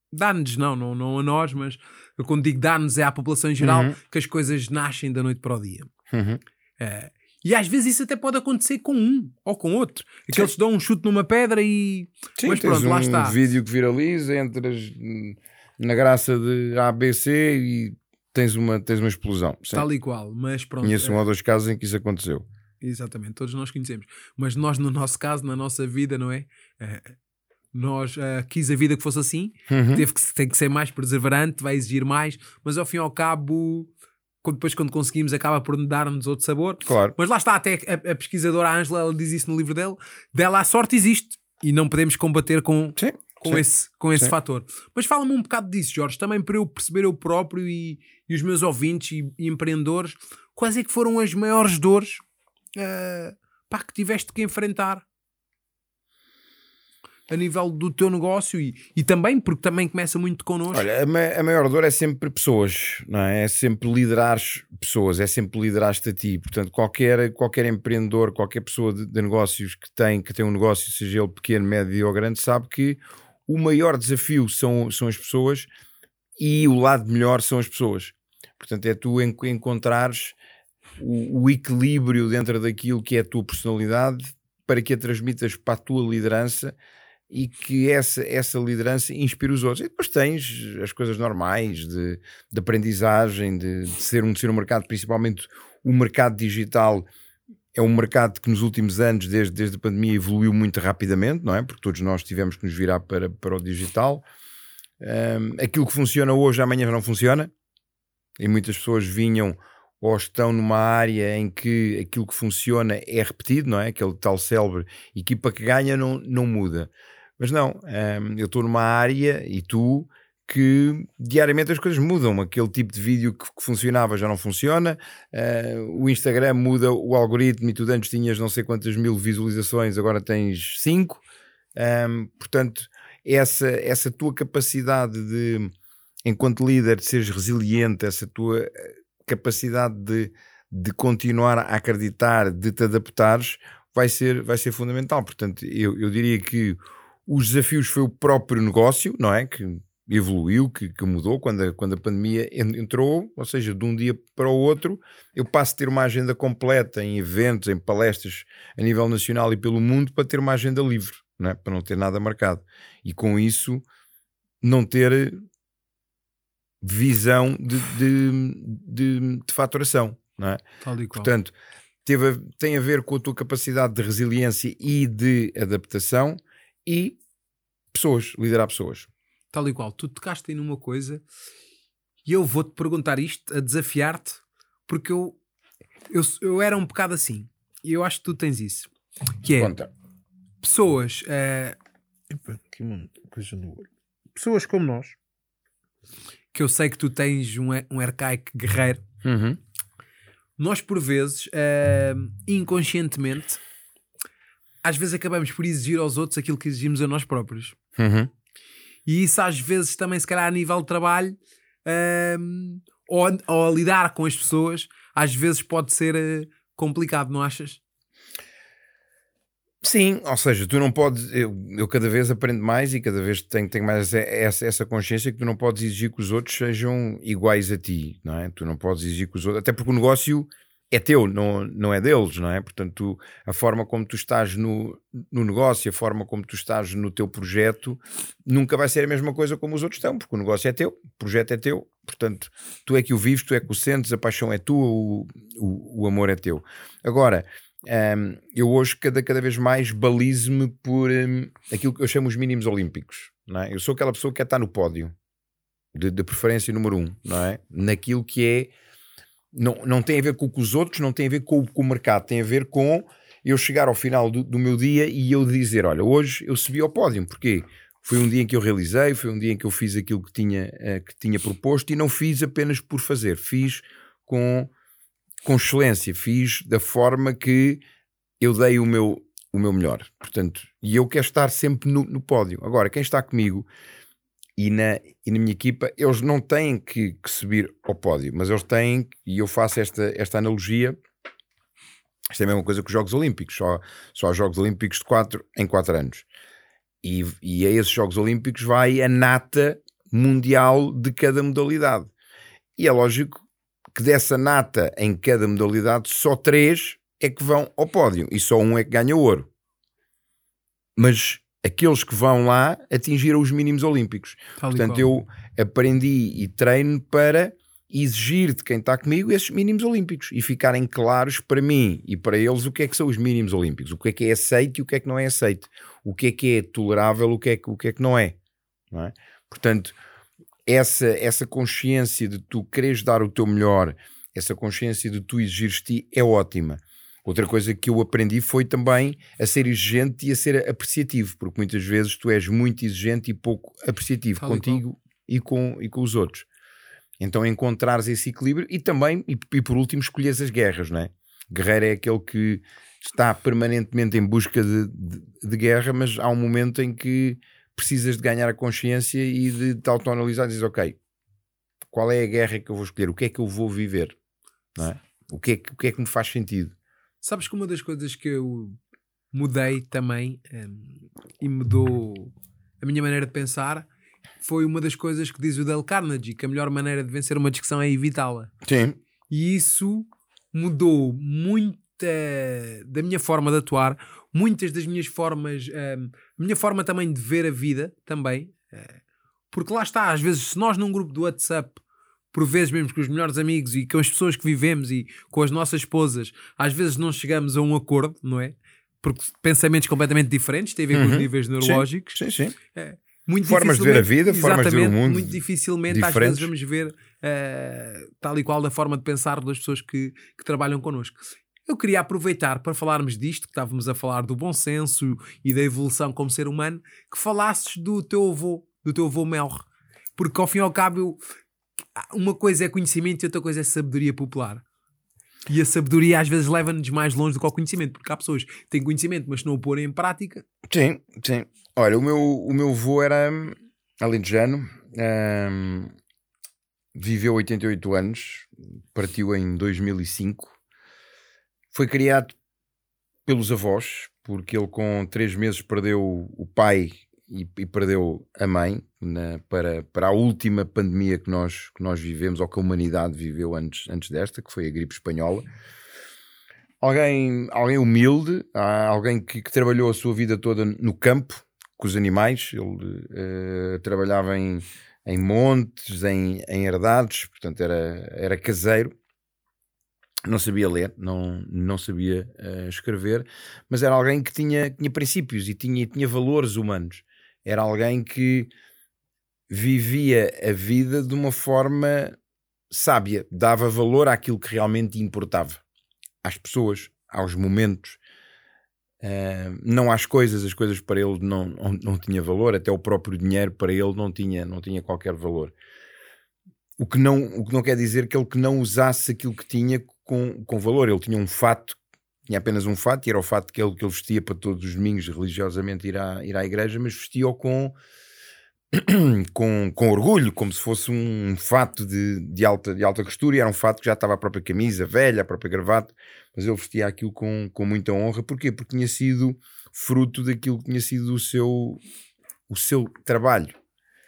dá-nos, não a nós, mas eu quando digo dá-nos é à população em geral, que as coisas nascem da noite para o dia. E às vezes isso até pode acontecer com um ou com outro. Aqueles dão um chute numa pedra e... Sim, mas pronto, lá está. Um vídeo que viraliza, entras na graça de ABC e tens uma explosão. Sim. Tal e qual, mas pronto. Conheço um ou dois casos em que isso aconteceu. Exatamente, todos nós conhecemos. Mas nós, no nosso caso, na nossa vida, não é? Nós quis a vida que fosse assim, tem que ser mais perseverante, vai exigir mais, mas ao fim e ao cabo... Depois quando conseguimos acaba por dar-nos outro sabor. Claro. Mas lá está, até a pesquisadora Ângela, ela diz isso no livro dela a sorte existe e não podemos combater com esse fator. Mas fala-me um bocado disso, Jorge, também para eu perceber eu próprio e os meus ouvintes e empreendedores, quais é que foram as maiores dores que tiveste que enfrentar a nível do teu negócio e também, porque também começa muito connosco. Olha, a maior dor é sempre pessoas, não é? É sempre liderar pessoas, é sempre liderar-te a ti. Portanto, qualquer empreendedor, qualquer pessoa de negócios que tem um negócio, seja ele pequeno, médio ou grande, sabe que o maior desafio são as pessoas e o lado melhor são as pessoas. Portanto, é tu encontrares o equilíbrio dentro daquilo que é a tua personalidade para que a transmitas para a tua liderança e que essa liderança inspira os outros. E depois tens as coisas normais de aprendizagem, de ser um mercado, principalmente o mercado digital. É um mercado que nos últimos anos, desde a pandemia, evoluiu muito rapidamente, não é? Porque todos nós tivemos que nos virar para o digital. Aquilo que funciona hoje, amanhã já não funciona. E muitas pessoas vinham ou estão numa área em que aquilo que funciona é repetido, não é? Aquele tal célebre equipa que ganha não muda. Mas não, eu estou numa área, e tu, que diariamente as coisas mudam. Aquele tipo de vídeo que funcionava já não funciona, o Instagram muda o algoritmo e tu antes tinhas não sei quantas mil visualizações, agora tens 5. Portanto, essa tua capacidade de, enquanto líder, de seres resiliente, essa tua capacidade de continuar a acreditar, de te adaptares, vai ser fundamental. Portanto, eu diria que os desafios foi o próprio negócio, não é? Que evoluiu, que mudou quando a pandemia entrou, ou seja, de um dia para o outro eu passo a ter uma agenda completa em eventos, em palestras a nível nacional e pelo mundo, para ter uma agenda livre, não é? Para não ter nada marcado. E com isso não ter visão de faturação, não é? Portanto, tem a ver com a tua capacidade de resiliência e de adaptação e pessoas, liderar pessoas. Tal e qual, tu tocaste aí numa coisa e eu vou-te perguntar isto, a desafiar-te, porque eu era um bocado assim, e eu acho que tu tens isso, que é Conta. Pessoas pessoas como nós, que eu sei que tu tens um arcaico guerreiro. Nós por vezes inconscientemente às vezes acabamos por exigir aos outros aquilo que exigimos a nós próprios. E isso às vezes também, se calhar a nível de trabalho, ou a lidar com as pessoas, às vezes pode ser complicado, não achas? Sim, ou seja, tu não podes, eu cada vez aprendo mais e cada vez tenho mais essa consciência que tu não podes exigir que os outros sejam iguais a ti, não é? Tu não podes exigir que os outros, até porque o negócio é teu, não é deles, não é? Portanto, a forma como tu estás no negócio, a forma como tu estás no teu projeto, nunca vai ser a mesma coisa como os outros estão, porque o negócio é teu, o projeto é teu, portanto, tu é que o vives, tu é que o sentes, a paixão é tua, o amor é teu. Agora, eu hoje cada vez mais balizo-me por aquilo que eu chamo os mínimos olímpicos, não é? Eu sou aquela pessoa que quer estar no pódio, de preferência número 1, não é? Naquilo que é. Não tem a ver com os outros, não tem a ver com o mercado, tem a ver com eu chegar ao final do meu dia e eu dizer, olha, hoje eu subi ao pódio, porque foi um dia em que eu realizei, foi um dia em que eu fiz aquilo que tinha proposto e não fiz apenas por fazer, fiz com excelência, fiz da forma que eu dei o meu melhor, portanto, e eu quero estar sempre no pódio. Agora, quem está comigo e na minha equipa, eles não têm que subir ao pódio, mas eles têm, e eu faço esta analogia, isto é a mesma coisa que os Jogos Olímpicos, só há Jogos Olímpicos de 4 em 4 anos, e a esses Jogos Olímpicos vai a nata mundial de cada modalidade. E é lógico que dessa nata em cada modalidade, só 3 é que vão ao pódio e só 1 é que ganha ouro. Mas aqueles que vão lá atingiram os mínimos olímpicos. Portanto, eu aprendi e treino para exigir de quem está comigo esses mínimos olímpicos e ficarem claros para mim e para eles o que é que são os mínimos olímpicos, o que é aceito e o que é que não é aceito, o que é tolerável, o que é que não é, não é? Portanto, essa consciência de tu quereres dar o teu melhor, essa consciência de tu exigires-te é ótima. Outra coisa que eu aprendi foi também a ser exigente e a ser apreciativo, porque muitas vezes tu és muito exigente e pouco apreciativo contigo e com os outros. Então encontrares esse equilíbrio e também, e por último, escolheres as guerras, não é? Guerreiro é aquele que está permanentemente em busca de guerra, mas há um momento em que precisas de ganhar a consciência e de te autoanalisar e dizer, ok, qual é a guerra que eu vou escolher? O que é que eu vou viver? Não é? O que é que me faz sentido? Sabes que uma das coisas que eu mudei também e mudou a minha maneira de pensar foi uma das coisas que diz o Dale Carnegie, que a melhor maneira de vencer uma discussão é evitá-la. Sim. E isso mudou muita da minha forma de atuar, muitas das minhas formas, a minha forma também de ver a vida também, porque lá está, às vezes se nós num grupo do WhatsApp, por vezes mesmo com os melhores amigos e com as pessoas que vivemos e com as nossas esposas, às vezes não chegamos a um acordo, não é? Porque pensamentos completamente diferentes, tem a ver com os níveis neurológicos. Sim. Muito formas de ver a vida, formas de ver o mundo. Muito dificilmente diferentes. Às vezes vamos ver tal e qual da forma de pensar das pessoas que trabalham connosco. Eu queria aproveitar para falarmos disto, que estávamos a falar do bom senso e da evolução como ser humano, que falasses do teu avô Melro. Porque ao fim e ao cabo, uma coisa é conhecimento e outra coisa é sabedoria popular. E a sabedoria às vezes leva-nos mais longe do que o conhecimento, porque há pessoas que têm conhecimento, mas se não o porem em prática... Sim. Olha, o meu avô era alentejano, viveu 88 anos, partiu em 2005, foi criado pelos avós, porque ele com 3 meses perdeu o pai e perdeu a mãe para a última pandemia que nós vivemos, ou que a humanidade viveu antes desta, que foi a gripe espanhola. Alguém humilde, alguém que trabalhou a sua vida toda no campo, com os animais. Ele trabalhava em montes, em herdades, portanto era caseiro. Não sabia ler, não sabia escrever, mas era alguém que tinha princípios e tinha valores humanos. Era alguém que vivia a vida de uma forma sábia, dava valor àquilo que realmente importava, às pessoas, aos momentos, não às coisas. As coisas para ele não tinha valor, até o próprio dinheiro para ele não tinha qualquer valor. O que não quer dizer que ele que não usasse aquilo que tinha com valor. Ele tinha um fato, tinha apenas um fato, e era o fato que ele vestia para todos os domingos religiosamente ir à igreja, mas vestia-o com orgulho, como se fosse um fato de alta costura, e era um fato que já estava a própria camisa velha, a própria gravata, mas ele vestia aquilo com muita honra. Porquê? Porque tinha sido fruto daquilo que tinha sido o seu trabalho.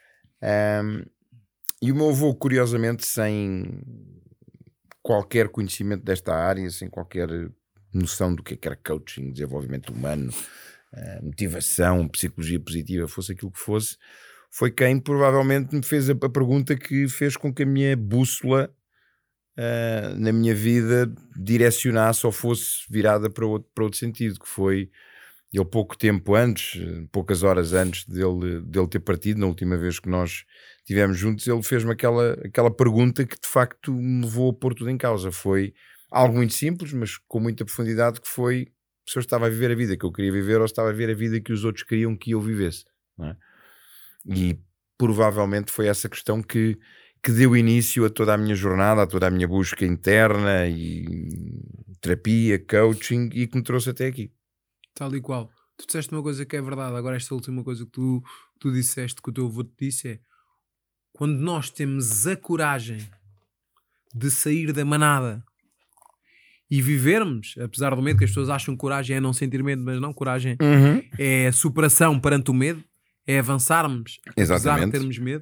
E o meu avô, curiosamente, sem qualquer conhecimento desta área, sem qualquer noção do que era coaching, desenvolvimento humano, motivação, psicologia positiva, fosse aquilo que fosse, foi quem provavelmente me fez a pergunta que fez com que a minha bússola na minha vida direcionasse ou fosse virada para outro sentido, que foi ele pouco tempo antes, poucas horas antes dele ter partido, na última vez que nós estivemos juntos, ele fez-me aquela pergunta que de facto me levou a pôr tudo em causa. Foi algo muito simples, mas com muita profundidade, que foi se eu estava a viver a vida que eu queria viver ou estava a viver a vida que os outros queriam que eu vivesse, não é? E provavelmente foi essa questão que deu início a toda a minha jornada, a toda a minha busca interna e terapia, coaching, e que me trouxe até aqui. Tal e qual. Tu disseste uma coisa que é verdade. Agora esta última coisa que tu disseste, que o teu avô te disse, é: quando nós temos a coragem de sair da manada e vivermos, apesar do medo, que as pessoas acham que coragem é não sentir medo, mas não, coragem é a superação perante o medo, é avançarmos apesar de termos medo.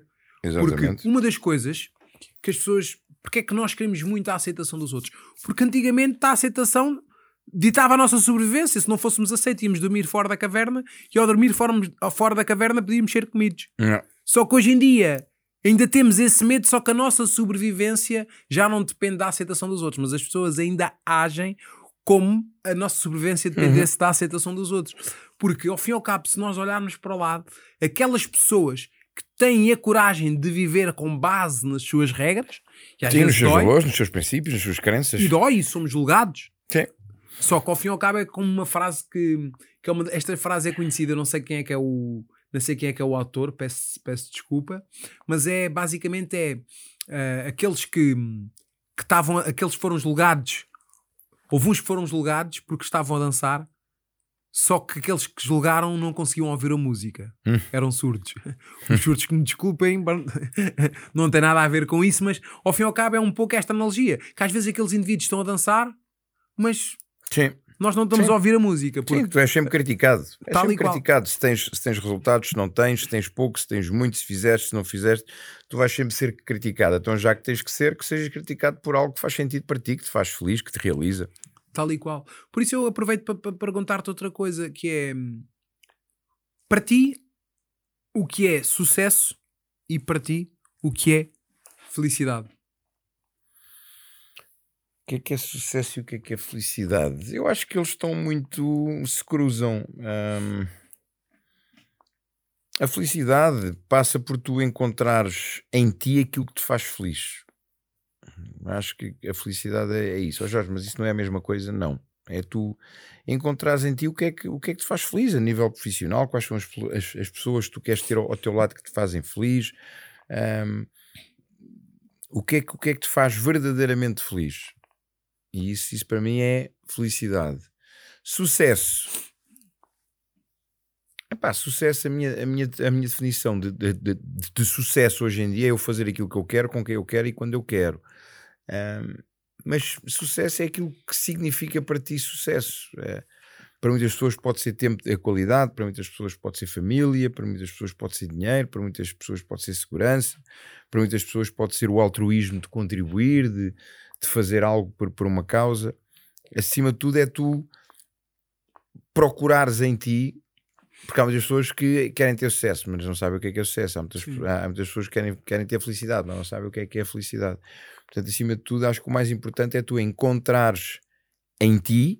Exatamente. Porque uma das coisas que as pessoas... Porque é que nós queremos muito a aceitação dos outros? Porque antigamente a aceitação ditava a nossa sobrevivência. Se não fôssemos aceitos, íamos dormir fora da caverna, e ao dormir fora da caverna podíamos ser comidos. Não. Só que hoje em dia ainda temos esse medo, só que a nossa sobrevivência já não depende da aceitação dos outros, mas as pessoas ainda agem como a nossa sobrevivência dependesse da aceitação dos outros. Porque, ao fim e ao cabo, se nós olharmos para o lado, aquelas pessoas que têm a coragem de viver com base nas suas regras, e às Sim, nos vezes seus dói, valores, nos seus princípios, nas suas crenças. e dói, e somos julgados. Sim. Só que ao fim e ao cabo é como uma frase que é esta frase é conhecida, eu não sei quem é que é o autor, peço desculpa, mas é basicamente aqueles que estavam, aqueles que foram julgados, houve uns que foram julgados porque estavam a dançar, só que aqueles que julgaram não conseguiam ouvir a música, eram surdos. Os surdos, que me desculpem, não tem nada a ver com isso, mas ao fim e ao cabo é um pouco esta analogia, que às vezes aqueles indivíduos estão a dançar, mas Sim. nós não estamos a ouvir a música. Porque... Sim, tu és sempre criticado. És Tal sempre e qual. criticado. Se tens resultados, se não tens, se tens pouco, se tens muito, se fizeste, se não fizeste, tu vais sempre ser criticado. Então, já que tens que sejas criticado por algo que faz sentido para ti, que te faz feliz, que te realiza. Tal e qual. Por isso eu aproveito para perguntar-te outra coisa, que é, para ti, o que é sucesso e para ti, o que é felicidade? O que é sucesso e o que é felicidade? Eu acho que eles estão muito... se cruzam. A felicidade passa por tu encontrares em ti aquilo que te faz feliz. Acho que a felicidade é isso. Oh, Jorge, mas isso não é a mesma coisa? Não. É tu encontrares em ti o que é que te faz feliz a nível profissional, quais são as pessoas que tu queres ter ao teu lado que te fazem feliz, o que é que te faz verdadeiramente feliz. E isso para mim é felicidade. Sucesso. Epá, sucesso, a minha definição de sucesso hoje em dia é eu fazer aquilo que eu quero, com quem eu quero e quando eu quero. Mas sucesso é aquilo que significa para ti sucesso. Para muitas pessoas pode ser tempo de qualidade, para muitas pessoas pode ser família, para muitas pessoas pode ser dinheiro, para muitas pessoas pode ser segurança, para muitas pessoas pode ser o altruísmo de contribuir, de fazer algo por uma causa. Acima de tudo é tu procurares em ti, porque há muitas pessoas que querem ter sucesso, mas não sabem o que é sucesso. Há muitas pessoas que querem ter felicidade, mas não sabem o que é a felicidade. Portanto, acima de tudo, acho que o mais importante é tu encontrares em ti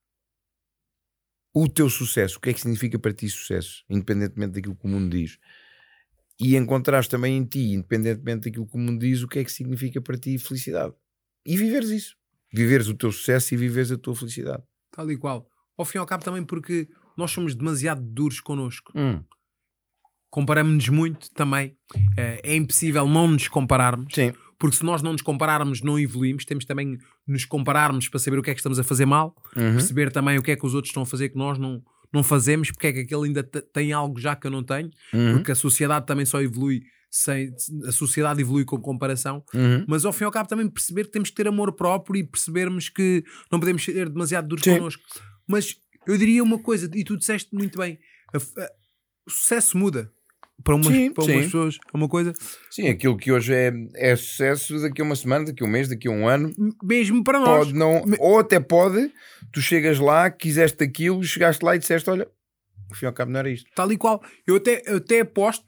o teu sucesso. O que é que significa para ti sucesso, independentemente daquilo que o mundo diz. E encontrares também em ti, independentemente daquilo que o mundo diz, o que é que significa para ti felicidade. E viveres isso. Viveres o teu sucesso e viveres a tua felicidade. Tal e qual. Ao fim e ao cabo também porque nós somos demasiado duros connosco. Comparamos-nos muito também. É impossível não nos compararmos. Sim. Porque se nós não nos compararmos, não evoluímos. Temos também nos compararmos para saber o que é que estamos a fazer mal. Perceber também o que é que os outros estão a fazer que nós não fazemos. Porque é que aquele ainda tem algo já que eu não tenho. Porque a sociedade também só evolui. A sociedade evolui com comparação. Mas ao fim e ao cabo também perceber que temos que ter amor próprio e percebermos que não podemos ser demasiado duros connosco. Mas eu diria uma coisa, e tu disseste muito bem, o sucesso muda para umas pessoas, é uma coisa. Sim, aquilo que hoje é sucesso daqui a uma semana, daqui a um mês, daqui a um ano, mesmo para nós. Pode não, ou até pode, tu chegas lá, quiseste aquilo, chegaste lá e disseste, olha, ao fim e ao cabo não era isto. Tal e qual. Eu até aposto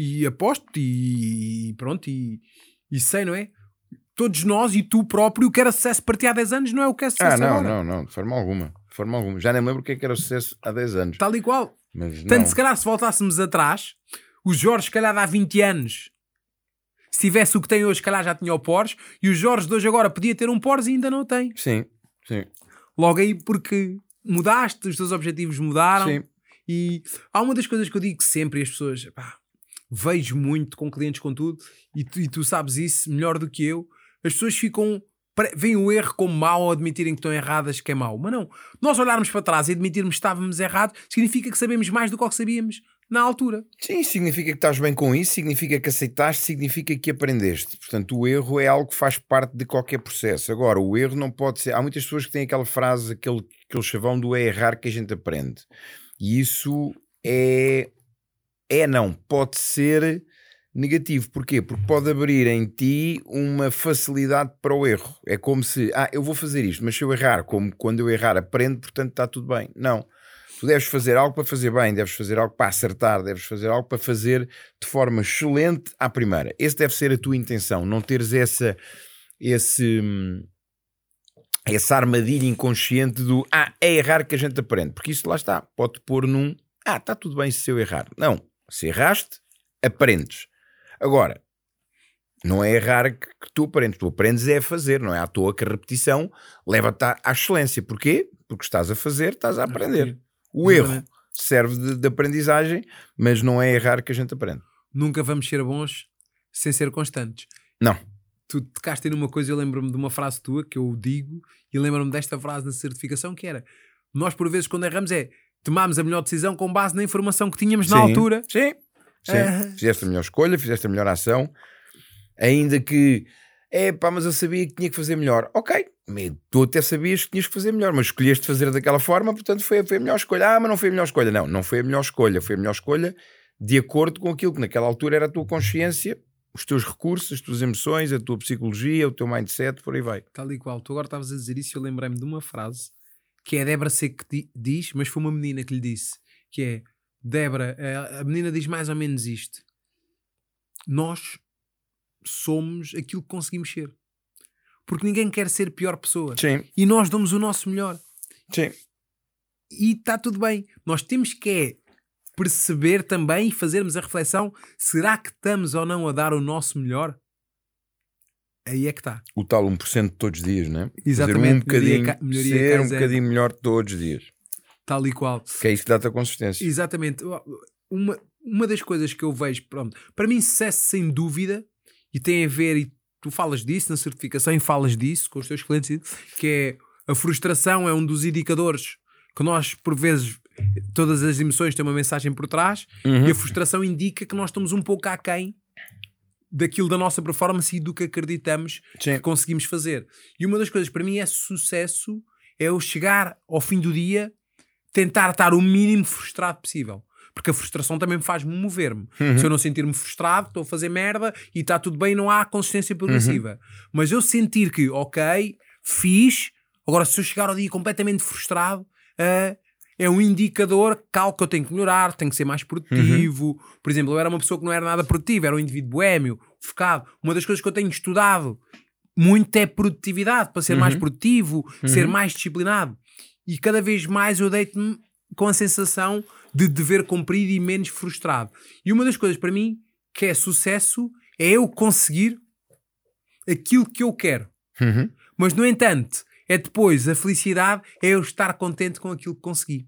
e pronto, e sei, não é? Todos nós e tu próprio, o que era sucesso para ti há 10 anos não é o que é sucesso agora. Não, de forma alguma. Já nem me lembro o que é que era o sucesso há 10 anos. Tal e qual. Mas portanto, se calhar se voltássemos atrás, o Jorge, se calhar há 20 anos, se tivesse o que tem hoje, se calhar já tinha o Porsche, e o Jorge de hoje agora podia ter um Porsche e ainda não tem. Sim. Logo aí porque mudaste, os teus objetivos mudaram. Sim. E há uma das coisas que eu digo sempre, e as pessoas, vejo muito com clientes com tudo, e tu sabes isso melhor do que eu, as pessoas veem o erro como mau ou admitirem que estão erradas que é mau. Mas não, nós olharmos para trás e admitirmos que estávamos errados significa que sabemos mais do que sabíamos na altura. Sim, significa que estás bem com isso, significa que aceitaste, significa que aprendeste. Portanto, o erro é algo que faz parte de qualquer processo. Agora, o erro não pode ser... Há muitas pessoas que têm aquela frase, aquele chavão do é errar que a gente aprende. E isso não. Pode ser negativo. Porquê? Porque pode abrir em ti uma facilidade para o erro. É como se, eu vou fazer isto, mas se eu errar, como quando eu errar aprendo, portanto está tudo bem. Não. Tu deves fazer algo para fazer bem, deves fazer algo para acertar, deves fazer algo para fazer de forma excelente à primeira. Esse deve ser a tua intenção, não teres essa armadilha inconsciente do é errar que a gente aprende, porque isso lá está, pode pôr num está tudo bem se eu errar. Não, se erraste, aprendes. Agora, não é errar que tu aprendes é a fazer, não é à toa que a repetição leva-te à excelência. Porquê? Porque estás a fazer, estás a aprender. O erro serve de aprendizagem, mas não é errar que a gente aprende. Nunca vamos ser bons sem ser constantes. Não. Tu tocaste numa coisa, eu lembro-me de uma frase tua que eu digo, e lembro-me desta frase na certificação, que era: nós por vezes quando erramos tomámos a melhor decisão com base na informação que tínhamos na altura. Sim. Fizeste a melhor escolha, fizeste a melhor ação, ainda que mas eu sabia que tinha que fazer melhor. Ok, tu até sabias que tinhas que fazer melhor, mas escolheste fazer daquela forma, portanto foi a melhor escolha. Mas não foi a melhor escolha. Não foi a melhor escolha. Foi a melhor escolha de acordo com aquilo que naquela altura era a tua consciência, os teus recursos, as tuas emoções, a tua psicologia, o teu mindset, por aí vai. Tal e qual. Tu agora estavas a dizer isso e eu lembrei-me de uma frase que é a Débora Seco que diz, mas foi uma menina que lhe disse, que é: Débora, a menina diz mais ou menos isto: nós somos aquilo que conseguimos ser, porque ninguém quer ser pior pessoa. Sim. E nós damos o nosso melhor. Sim. E está tudo bem. Nós temos que perceber também e fazermos a reflexão: será que estamos ou não a dar o nosso melhor? Aí é que está. O tal 1% de todos os dias, não é? Exatamente. Ser um bocadinho melhor todos os dias. Tal e qual. Que é isso que dá-te a consistência. Exatamente. Uma das coisas que eu vejo, pronto, para mim sucesso sem dúvida, e tem a ver, e tu falas disso na certificação e falas disso com os teus clientes, que é a frustração é um dos indicadores que nós, por vezes, todas as emoções têm uma mensagem por trás, e a frustração indica que nós estamos um pouco aquém daquilo da nossa performance e do que acreditamos que conseguimos fazer. E uma das coisas para mim é sucesso, é eu chegar ao fim do dia, tentar estar o mínimo frustrado possível. Porque a frustração também me faz mover-me. Se eu não sentir-me frustrado, estou a fazer merda e está tudo bem, não há consistência progressiva. Mas eu sentir que, ok, fiz, agora se eu chegar ao dia completamente frustrado, é um indicador que algo que eu tenho que melhorar, tenho que ser mais produtivo. Por exemplo, eu era uma pessoa que não era nada produtiva, era um indivíduo boémio, focado. Uma das coisas que eu tenho estudado muito é produtividade, para ser mais produtivo, ser mais disciplinado. E cada vez mais eu deito-me com a sensação de dever cumprido e menos frustrado. E uma das coisas para mim que é sucesso é eu conseguir aquilo que eu quero. Mas, no entanto, é depois a felicidade é eu estar contente com aquilo que consegui.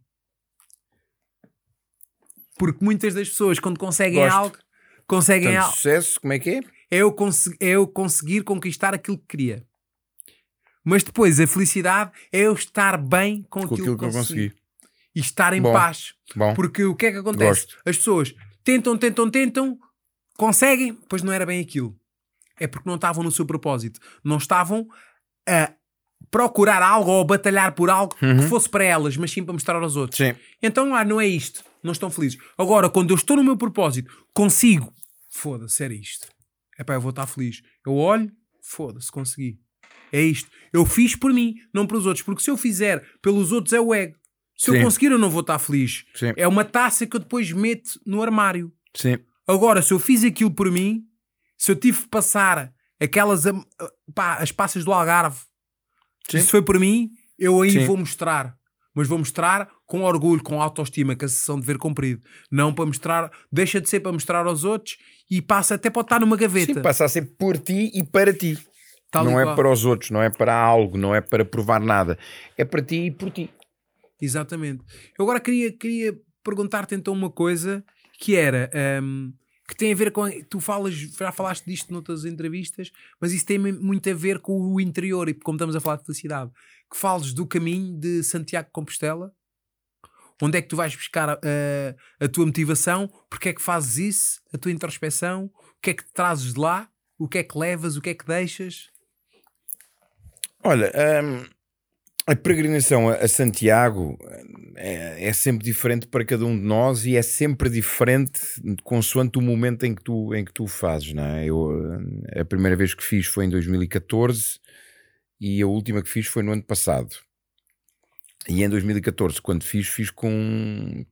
Porque muitas das pessoas, quando conseguem algo, conseguem algo. Sucesso, como é que é? É eu conseguir conquistar aquilo que queria. Mas depois a felicidade é eu estar bem com aquilo que eu consegui. E estar em paz. Porque o que é que acontece? As pessoas tentam, conseguem, pois não era bem aquilo. É porque não estavam no seu propósito. Não estavam a procurar algo ou a batalhar por algo que fosse para elas, mas sim para mostrar aos outros. Sim. Então, não é isto. Não estão felizes. Agora, quando eu estou no meu propósito, consigo. Foda-se, era isto. Eu vou estar feliz. Eu olho, foda-se, consegui. É isto. Eu fiz por mim, não pelos outros. Porque se eu fizer pelos outros é o ego. Se eu conseguir, eu não vou estar feliz. Sim. É uma taça que eu depois meto no armário. Sim. Agora, se eu fiz aquilo por mim, se eu tive que passar aquelas as passas do Algarve, se foi por mim, eu aí vou mostrar. Mas vou mostrar com orgulho, com autoestima, com a sensação de dever cumprido. Não para mostrar, deixa de ser para mostrar aos outros e passa, até pode estar numa gaveta. Sim, passa a ser por ti e para ti. Não é para os outros, não é para algo, não é para provar nada. É para ti e por ti. Exatamente. Eu agora queria perguntar-te então uma coisa que era que tem a ver com, tu já falaste disto noutras entrevistas, mas isso tem muito a ver com o interior, e como estamos a falar de felicidade, que fales do caminho de Santiago de Compostela. Onde é que tu vais buscar a tua motivação? Porque é que fazes isso? A tua introspecção? O que é que te trazes de lá? O que é que levas? O que é que deixas? Olha, A peregrinação a Santiago é sempre diferente para cada um de nós e é sempre diferente consoante o momento em que tu o fazes, não é? A primeira vez que fiz foi em 2014 e a última que fiz foi no ano passado. E em 2014, quando fiz com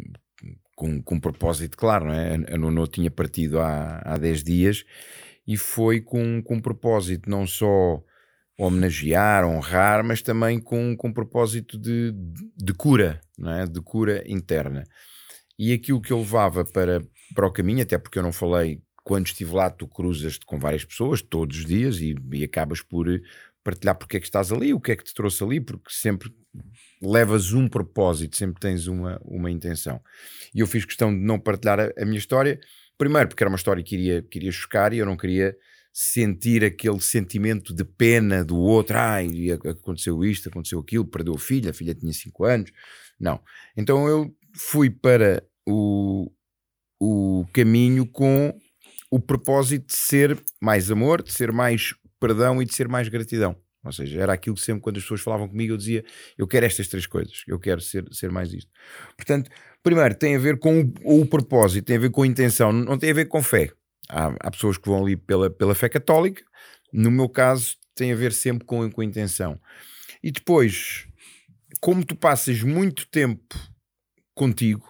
um propósito claro, não é? A Nono tinha partido há 10 dias e foi com um propósito não só homenagear, honrar, mas também com um propósito de cura, não é? De cura interna. E aquilo que eu levava para o caminho, até porque eu não falei, quando estive lá tu cruzas-te com várias pessoas todos os dias e acabas por partilhar porque é que estás ali, o que é que te trouxe ali, porque sempre levas um propósito, sempre tens uma intenção. E eu fiz questão de não partilhar a minha história, primeiro porque era uma história que iria chocar e eu não queria sentir aquele sentimento de pena do outro, aconteceu isto, aconteceu aquilo, perdeu a filha tinha 5 anos, não. Então eu fui para o caminho com o propósito de ser mais amor, de ser mais perdão e de ser mais gratidão. Ou seja, era aquilo que sempre quando as pessoas falavam comigo eu dizia, eu quero estas 3 coisas, eu quero ser mais isto. Portanto, primeiro tem a ver com o propósito, tem a ver com a intenção, não tem a ver com fé. Há pessoas que vão ali pela fé católica, no meu caso tem a ver sempre com a intenção. E depois, como tu passas muito tempo contigo,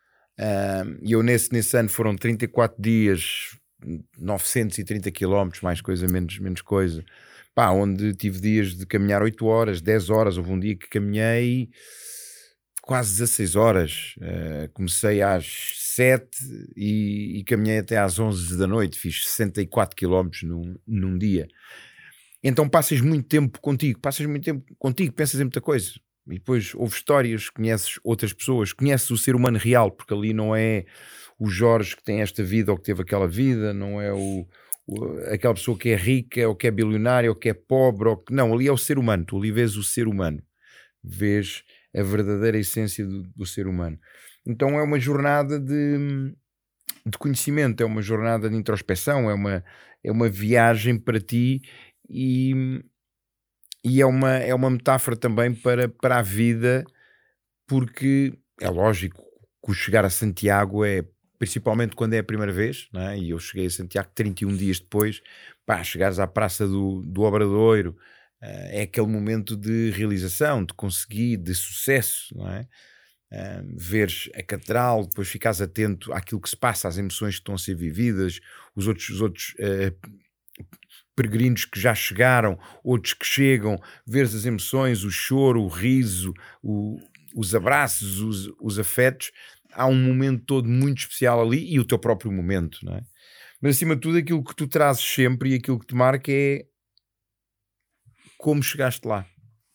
e eu nesse ano foram 34 dias, 930 km, mais coisa, menos coisa, onde tive dias de caminhar 8 horas, 10 horas, houve um dia que caminhei quase 16 horas, comecei às 7 e caminhei até às 11 da noite, fiz 64 km num dia. Então passas muito tempo contigo, pensas em muita coisa, e depois ouves histórias, conheces outras pessoas, conheces o ser humano real, porque ali não é o Jorge que tem esta vida ou que teve aquela vida, não é aquela pessoa que é rica ou que é bilionária ou que é pobre, não, ali é o ser humano, tu ali vês o ser humano, vês a verdadeira essência do ser humano. Então é uma jornada de conhecimento, é uma jornada de introspeção, é uma viagem para ti e é uma metáfora também para a vida, porque é lógico que o chegar a Santiago é, principalmente quando é a primeira vez, não é? E eu cheguei a Santiago 31 dias depois, chegares à Praça do Obradoiro, é aquele momento de realização, de conseguir, de sucesso, não é? Veres a catedral, depois ficares atento àquilo que se passa, às emoções que estão a ser vividas, os outros peregrinos que já chegaram, outros que chegam, veres as emoções, o choro, o riso, os abraços, os afetos. Há um momento todo muito especial ali e o teu próprio momento, não é? Mas acima de tudo aquilo que tu trazes sempre e aquilo que te marca é como chegaste lá,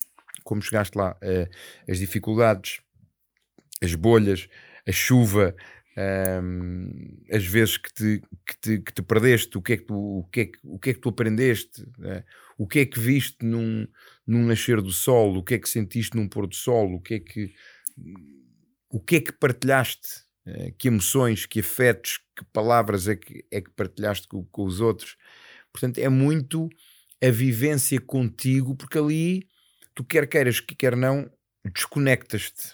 as dificuldades, as bolhas, a chuva, as vezes que te perdeste, o que é que tu aprendeste, o que é que viste num nascer do sol, o que é que sentiste num pôr do sol, o que é que partilhaste, que emoções, que afetos, que palavras é que partilhaste com os outros. Portanto, é muito a vivência contigo, porque ali tu quer queiras, quer não, desconectas-te,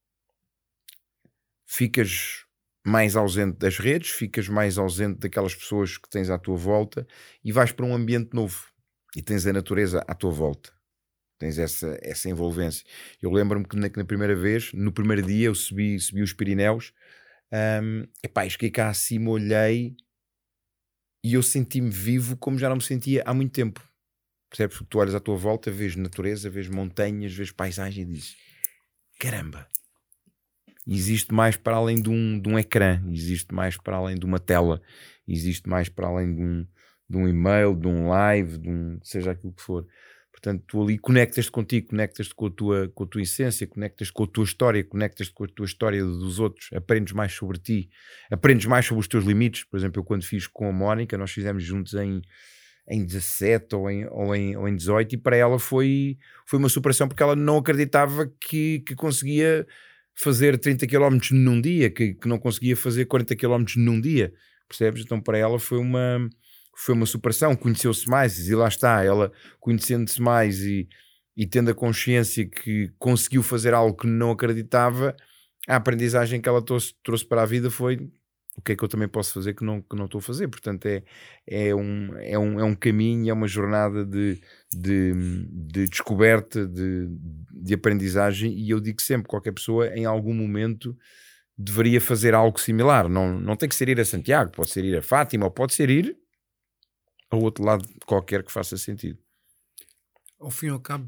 ficas mais ausente das redes, ficas mais ausente daquelas pessoas que tens à tua volta e vais para um ambiente novo e tens a natureza à tua volta, tens essa envolvência. Eu lembro-me que na primeira vez, no primeiro dia eu subi os Pirineus, cheguei cá acima, olhei e eu senti-me vivo como já não me sentia há muito tempo. Percebes? Porque tu olhas à tua volta, vês natureza, vês montanhas, vês paisagem e dizes, caramba, existe mais para além de um ecrã, existe mais para além de uma tela, existe mais para além de um e-mail, de um live, seja aquilo que for. Portanto, tu ali conectas-te contigo, conectas-te com a tua essência, conectas-te com a tua história, conectas-te com a tua história dos outros, aprendes mais sobre ti, aprendes mais sobre os teus limites. Por exemplo, eu quando fiz com a Mónica, nós fizemos juntos em 17 ou em 18 e para ela foi uma superação porque ela não acreditava que conseguia fazer 30 km num dia, que não conseguia fazer 40 km num dia, percebes? Então para ela foi uma superação, conheceu-se mais e lá está, ela conhecendo-se mais e e tendo a consciência que conseguiu fazer algo que não acreditava, a aprendizagem que ela trouxe para a vida foi: o que é que eu também posso fazer que não estou a fazer? Portanto, é um caminho, é uma jornada de descoberta, de aprendizagem, e eu digo sempre: qualquer pessoa em algum momento deveria fazer algo similar. Não tem que ser ir a Santiago, pode ser ir a Fátima, ou pode ser ir ao outro lado qualquer que faça sentido. Ao fim e ao cabo,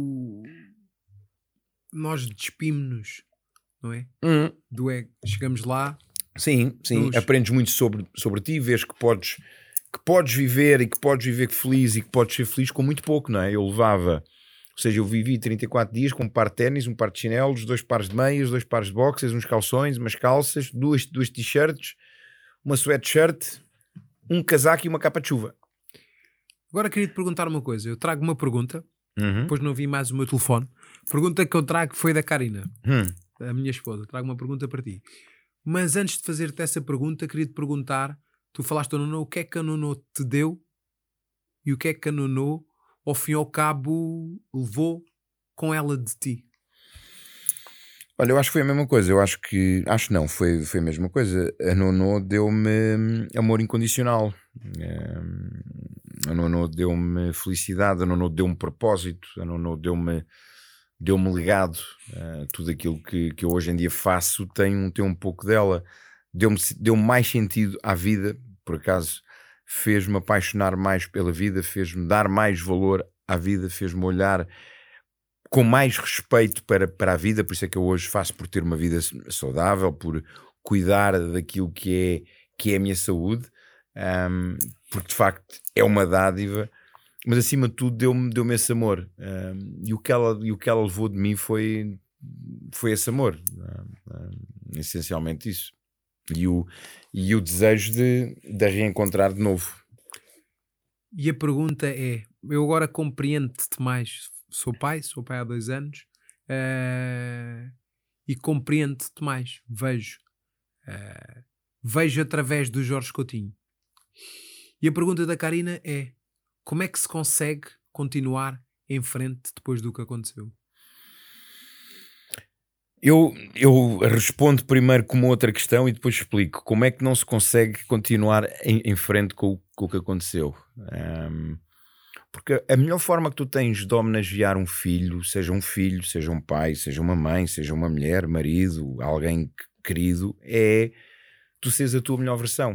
nós despimos-nos, não é? Do ego. Chegamos lá. Sim, aprendes muito sobre ti, vês que podes viver, e que podes viver feliz, e que podes ser feliz com muito pouco, não é? Eu vivi 34 dias com um par de ténis, um par de chinelos, 2 pares de meias, 2 pares de boxers, uns calções, umas calças, duas t-shirts, uma sweatshirt, um casaco e uma capa de chuva. Agora queria te perguntar uma coisa. Eu trago uma pergunta, depois não vi mais o meu telefone. A pergunta que eu trago foi da Karina, a minha esposa. Trago uma pergunta para ti. Mas antes de fazer-te essa pergunta, queria te perguntar, tu falaste ao Nuno, o que é que a Nuno te deu e o que é que a Nuno, ao fim e ao cabo, levou com ela de ti? Olha, eu acho que foi a mesma coisa. Foi a mesma coisa. A Nuno deu-me amor incondicional. A Nuno deu-me felicidade. A Nuno deu-me propósito. A Nuno deu-me legado. Tudo aquilo que eu hoje em dia faço tem um pouco dela. Deu-me mais sentido à vida. Por acaso, fez-me apaixonar mais pela vida, fez-me dar mais valor à vida, fez-me olhar com mais respeito para a vida. Por isso é que eu hoje faço por ter uma vida saudável, por cuidar daquilo que é a minha saúde, porque de facto é uma dádiva, mas acima de tudo deu-me esse amor, e o que ela levou de mim foi esse amor, essencialmente isso, e o desejo de a reencontrar de novo. E a pergunta é, eu agora compreendo-te mais. Sou pai há 2 anos, e compreendo-te mais, vejo através do Jorge Coutinho. E a pergunta da Karina é: como é que se consegue continuar em frente depois do que aconteceu? Eu respondo primeiro com uma outra questão e depois explico como é que não se consegue continuar em frente com o que aconteceu. Porque a melhor forma que tu tens de homenagear um filho, seja um pai, seja uma mãe, seja uma mulher, marido, alguém querido, é tu seres a tua melhor versão.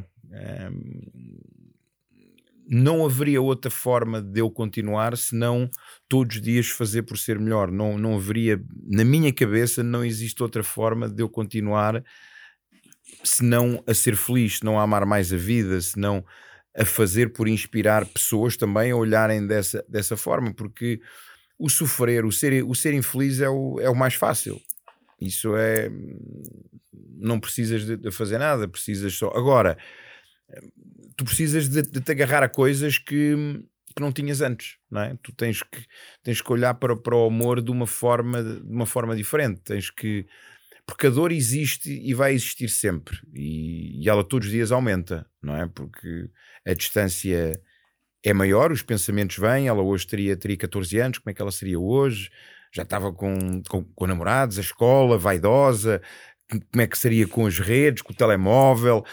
Não haveria outra forma de eu continuar senão todos os dias fazer por ser melhor. Não haveria, na minha cabeça, não existe outra forma de eu continuar senão a ser feliz, senão a amar mais a vida, senão a fazer por inspirar pessoas também a olharem dessa forma, porque o sofrer, o ser infeliz é o mais fácil. Isso não precisas de fazer nada, precisas só. Agora, tu precisas de te agarrar a coisas que não tinhas antes, não é? Tu tens que olhar para o amor de uma forma diferente. Porque a dor existe e vai existir sempre, e ela todos os dias aumenta, não é? Porque a distância é maior, os pensamentos vêm. Ela hoje teria 14 anos, como é que ela seria hoje? Já estava com namorados, a escola, vaidosa, como é que seria com as redes, com o telemóvel,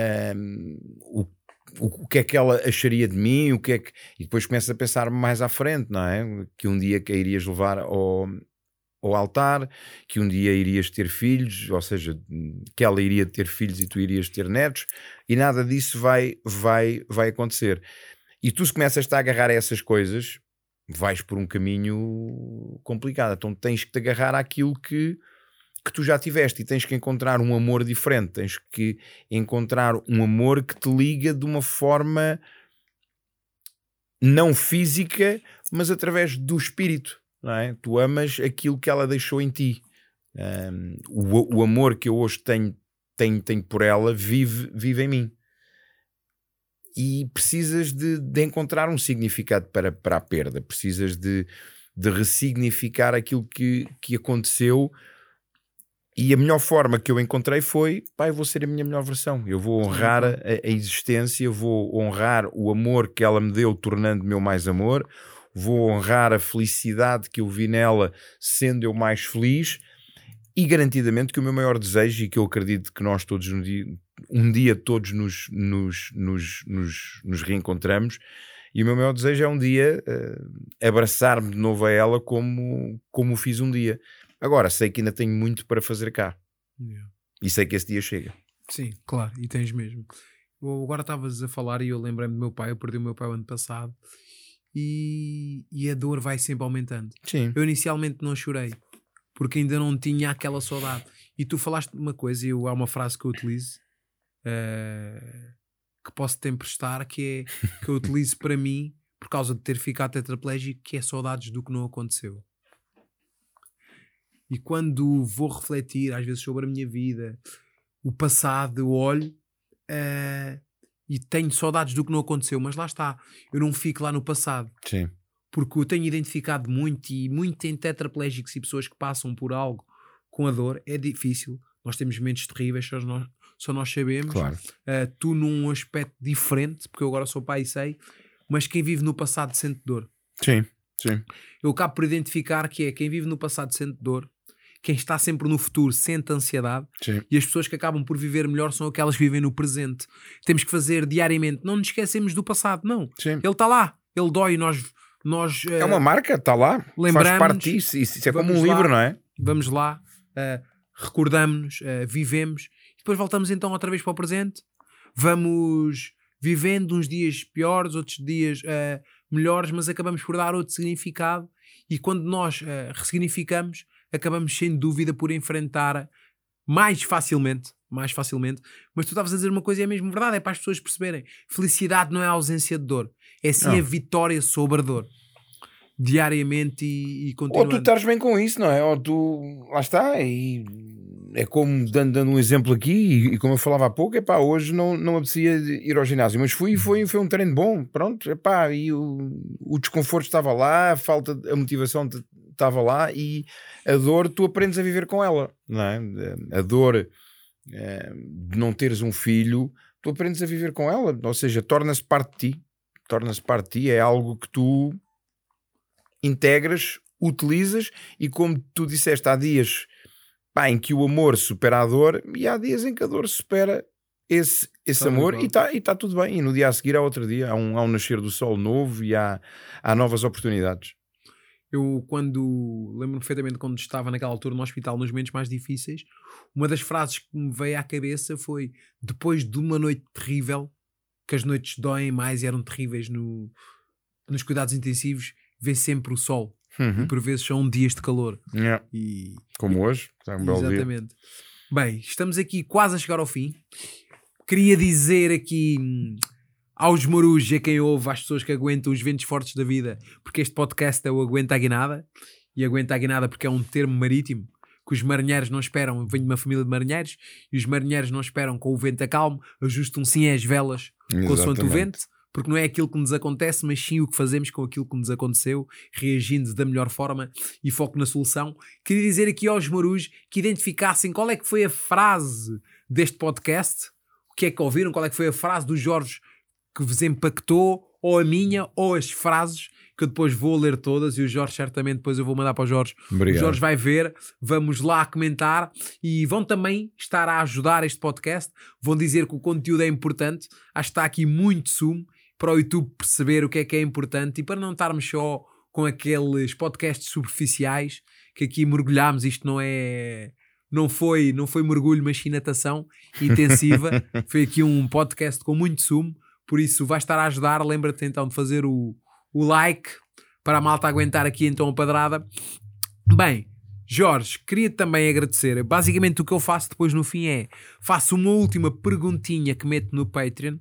o que é que ela acharia de mim, e depois começa a pensar mais à frente, não é? Que um dia que a irias levar ao altar, que um dia irias ter filhos, ou seja, que ela iria ter filhos e tu irias ter netos, e nada disso vai acontecer. E tu, se começas a agarrar a essas coisas, vais por um caminho complicado. Então tens que te agarrar àquilo que tu já tiveste, e tens que encontrar um amor diferente, tens que encontrar um amor que te liga de uma forma não física, mas através do espírito. Não é? Tu amas aquilo que ela deixou em ti. O amor que eu hoje tenho por ela vive em mim. E precisas de encontrar um significado para a perda. Precisas de ressignificar aquilo que aconteceu. E a melhor forma que eu encontrei foi: eu vou ser a minha melhor versão. Eu vou honrar a existência, eu vou honrar o amor que ela me deu, tornando-me o mais amor, vou honrar a felicidade que eu vi nela, sendo eu mais feliz, e garantidamente que o meu maior desejo, e que eu acredito que nós todos um dia todos nos reencontramos, e o meu maior desejo é um dia abraçar-me de novo a ela como o fiz um dia. Agora, sei que ainda tenho muito para fazer cá. E sei que esse dia chega. Sim, claro, e tens mesmo. Agora estavas a falar e eu lembrei-me do meu pai. Eu perdi o meu pai o ano passado e a dor vai sempre aumentando. Sim. Eu inicialmente não chorei porque ainda não tinha aquela saudade. E tu falaste de uma coisa, há uma frase que eu utilizo que posso te emprestar, que eu utilizo para mim por causa de ter ficado tetraplégico, que é saudades do que não aconteceu. E quando vou refletir às vezes sobre a minha vida, o passado, eu olho e tenho saudades do que não aconteceu, mas lá está, eu não fico lá no passado. Sim. Porque eu tenho identificado muito em tetraplégicos e pessoas que passam por algo com a dor. É difícil, nós temos mentes terríveis, só nós sabemos. Claro. Tu num aspecto diferente, porque eu agora sou pai e sei, mas quem vive no passado sente dor. Sim, sim. Eu acabo por identificar que quem vive no passado sente dor, quem está sempre no futuro sente ansiedade. Sim. E as pessoas que acabam por viver melhor são aquelas que vivem no presente. Temos que fazer diariamente, não nos esquecemos do passado, não. Sim. Ele está lá, ele dói, nós é uma marca, está lá, faz parte disso, isso é como um livro, não é? Vamos lá, recordamos-nos, vivemos, depois voltamos então outra vez para o presente, vamos vivendo uns dias piores, outros dias melhores, mas acabamos por dar outro significado, e quando nós ressignificamos, acabamos sem dúvida por enfrentar mais facilmente, mas tu estavas a dizer uma coisa e é mesmo verdade, é para as pessoas perceberem, felicidade não é a ausência de dor, é sim a vitória sobre a dor, diariamente e continuando. Ou tu estás bem com isso, não é? Ou tu, lá está, e é como, dando um exemplo aqui, e como eu falava há pouco, hoje não apetecia ir ao ginásio, mas foi um treino bom, pronto, e o desconforto estava lá, a motivação estava lá, e a dor, tu aprendes a viver com ela, não é? A dor de não teres um filho, tu aprendes a viver com ela, ou seja, torna-se parte de ti, é algo que tu integras, utilizas, e como tu disseste, há dias em que o amor supera a dor, e há dias em que a dor supera esse amor, e está tudo bem, e no dia a seguir há outro dia, há um nascer do sol novo, e há novas oportunidades. Eu lembro-me perfeitamente quando estava naquela altura no hospital, nos momentos mais difíceis, uma das frases que me veio à cabeça foi: depois de uma noite terrível, que as noites doem mais e eram terríveis nos cuidados intensivos, vem sempre o sol. E por vezes são dias de calor. Yeah. Como hoje, é um belo dia. Exatamente. Bem, estamos aqui quase a chegar ao fim. Queria dizer aqui aos marujos, a quem ouve, às pessoas que aguentam os ventos fortes da vida, porque este podcast é o Aguenta a Guinada, e Aguenta a Guinada porque é um termo marítimo que os marinheiros não esperam. Eu venho de uma família de marinheiros, e os marinheiros não esperam com o vento acalme, ajustam sim as velas consoante o vento, porque não é aquilo que nos acontece, mas sim o que fazemos com aquilo que nos aconteceu, reagindo da melhor forma e foco na solução. Queria dizer aqui aos marujos que identificassem qual é que foi a frase deste podcast, o que é que ouviram, qual é que foi a frase do Jorge que vos impactou, ou a minha, ou as frases, que eu depois vou ler todas, e o Jorge certamente depois eu vou mandar para o Jorge. Obrigado. O Jorge vai ver, vamos lá comentar, e vão também estar a ajudar este podcast, vão dizer que o conteúdo é importante, acho que está aqui muito sumo para o YouTube perceber o que é importante, e para não estarmos só com aqueles podcasts superficiais, que aqui mergulhámos, isto não foi mergulho, mas sim natação intensiva, foi aqui um podcast com muito sumo, por isso vai estar a ajudar. Lembra-te então de fazer o like para a malta aguentar aqui então a padrada. Bem, Jorge, queria também agradecer. Basicamente o que eu faço depois no fim faço uma última perguntinha que meto no Patreon,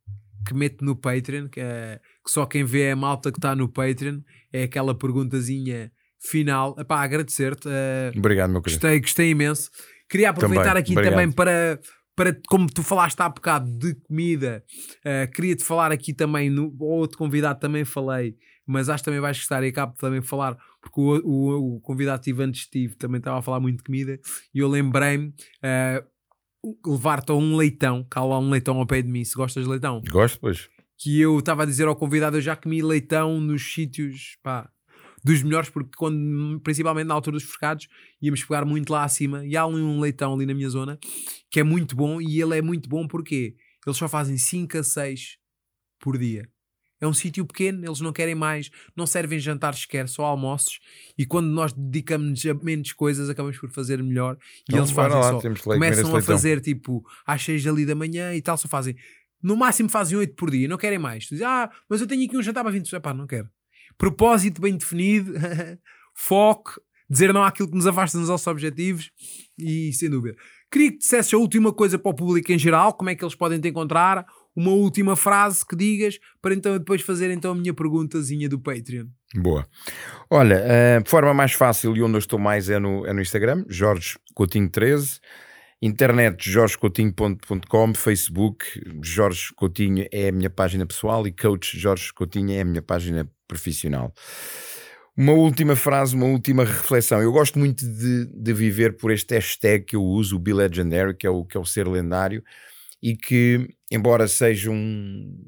que só quem vê é a malta que está no Patreon, é aquela perguntazinha final. Agradecer-te. Obrigado, meu querido. Gostei imenso. Queria aproveitar aqui também para, como tu falaste há bocado de comida, queria-te falar aqui também, outro convidado também falei, mas acho que também vais gostar e acabo também de falar, porque o convidado que tive antes de Steve também estava a falar muito de comida, e eu lembrei-me levar-te a um leitão, cá lá um leitão ao pé de mim. Se gostas de leitão? Gosto, pois. que eu estava a dizer ao convidado, eu já comi leitão nos sítios, pá, dos melhores, porque principalmente na altura dos pescados, íamos pegar muito lá acima, e há um leitão ali na minha zona, que é muito bom, e ele é muito bom porque eles só fazem 5 a 6 por dia. É um sítio pequeno, eles não querem mais, não servem jantares sequer, só almoços, e quando nós dedicamos a menos coisas, acabamos por fazer melhor, e eles fazem lá, só, começam a fazer tipo às 6 ali da manhã e tal, só fazem, no máximo fazem 8 por dia, não querem mais. Tu dizes, mas eu tenho aqui um jantar para 20, pá, não quero. Propósito bem definido, foco, dizer não àquilo que nos afasta dos nossos objetivos, e sem dúvida. Queria que dissesses a última coisa para o público em geral, como é que eles podem te encontrar, uma última frase que digas, para então depois fazer então a minha perguntazinha do Patreon. Boa. Olha, a forma mais fácil e onde eu estou mais é no Instagram, Jorge Coutinho 13, internet jorgecoutinho.com, Facebook, Jorge Coutinho é a minha página pessoal e Coach Jorge Coutinho é a minha página profissional. Uma última frase, uma última reflexão. Eu gosto muito de viver por este hashtag que eu uso, o Be Legendary, que é o ser lendário, e que, embora seja um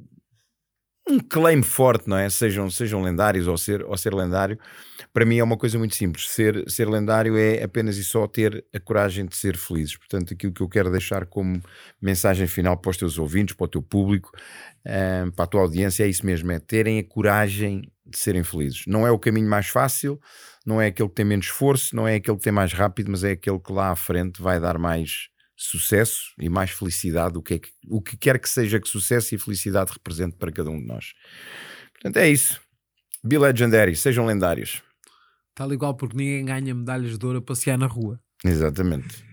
claim forte, não é? Sejam lendários ou ser lendário, para mim é uma coisa muito simples. Ser lendário é apenas e só ter a coragem de ser felizes. Portanto, aquilo que eu quero deixar como mensagem final para os teus ouvintes, para o teu público, para a tua audiência, é isso mesmo, é terem a coragem de serem felizes. Não é o caminho mais fácil, não é aquele que tem menos esforço, não é aquele que tem mais rápido, mas é aquele que lá à frente vai dar mais sucesso e mais felicidade, o que quer que seja que sucesso e felicidade represente para cada um de nós. Portanto, é isso. Be Legendary, sejam lendários. Tal igual, porque ninguém ganha medalhas de ouro a passear na rua. Exatamente.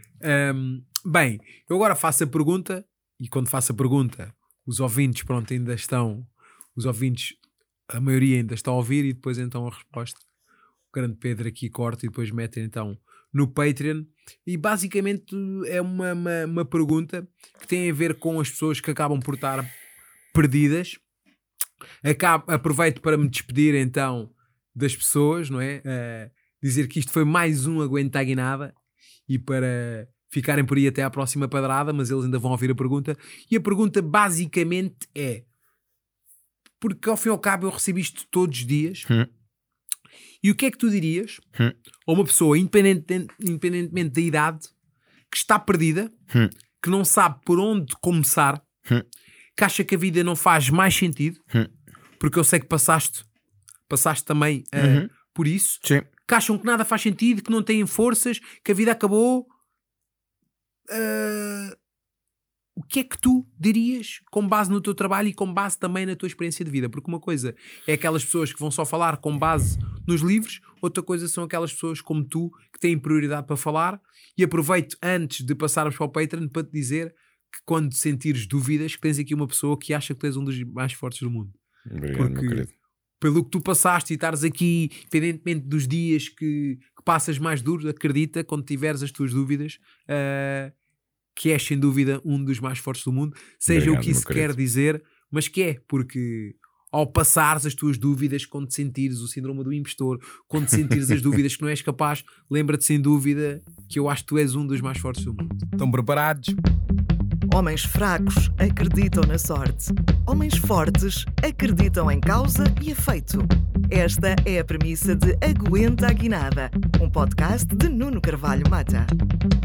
Bem, eu agora faço a pergunta, e quando faço a pergunta, os ouvintes, pronto, ainda estão, os ouvintes, a maioria ainda está a ouvir, e depois então a resposta, o grande Pedro aqui corta e depois mete então no Patreon, e basicamente é uma pergunta que tem a ver com as pessoas que acabam por estar perdidas. Aproveito para me despedir então das pessoas, não é? Dizer que isto foi mais um Aguenta a Guinada, e para ficarem por aí até à próxima padrada, mas eles ainda vão ouvir a pergunta, e a pergunta basicamente é, porque ao fim e ao cabo eu recebo isto todos os dias, e o que é que tu dirias a uma pessoa, independentemente da idade, que está perdida, que não sabe por onde começar, que acha que a vida não faz mais sentido, porque eu sei que passaste também por isso, sim, que acham que nada faz sentido, que não têm forças, que a vida acabou. O que é que tu dirias com base no teu trabalho e com base também na tua experiência de vida? Porque uma coisa é aquelas pessoas que vão só falar com base nos livros, outra coisa são aquelas pessoas como tu que têm prioridade para falar. E aproveito antes de passarmos para o Patreon para te dizer que quando sentires dúvidas, que tens aqui uma pessoa que acha que tu és um dos mais fortes do mundo. Obrigado, porque meu querido, pelo que tu passaste e estares aqui, independentemente dos dias que passas mais duros, acredita, quando tiveres as tuas dúvidas, que és sem dúvida um dos mais fortes do mundo, seja obrigado, o que isso quer dizer, mas que é, porque ao passares as tuas dúvidas, quando te sentires o síndrome do impostor, quando te sentires as dúvidas que não és capaz, lembra-te sem dúvida que eu acho que tu és um dos mais fortes do mundo. Estão preparados? Homens fracos acreditam na sorte. Homens fortes acreditam em causa e efeito. Esta é a premissa de Aguenta a Guinada, um podcast de Nuno Carvalho Mata.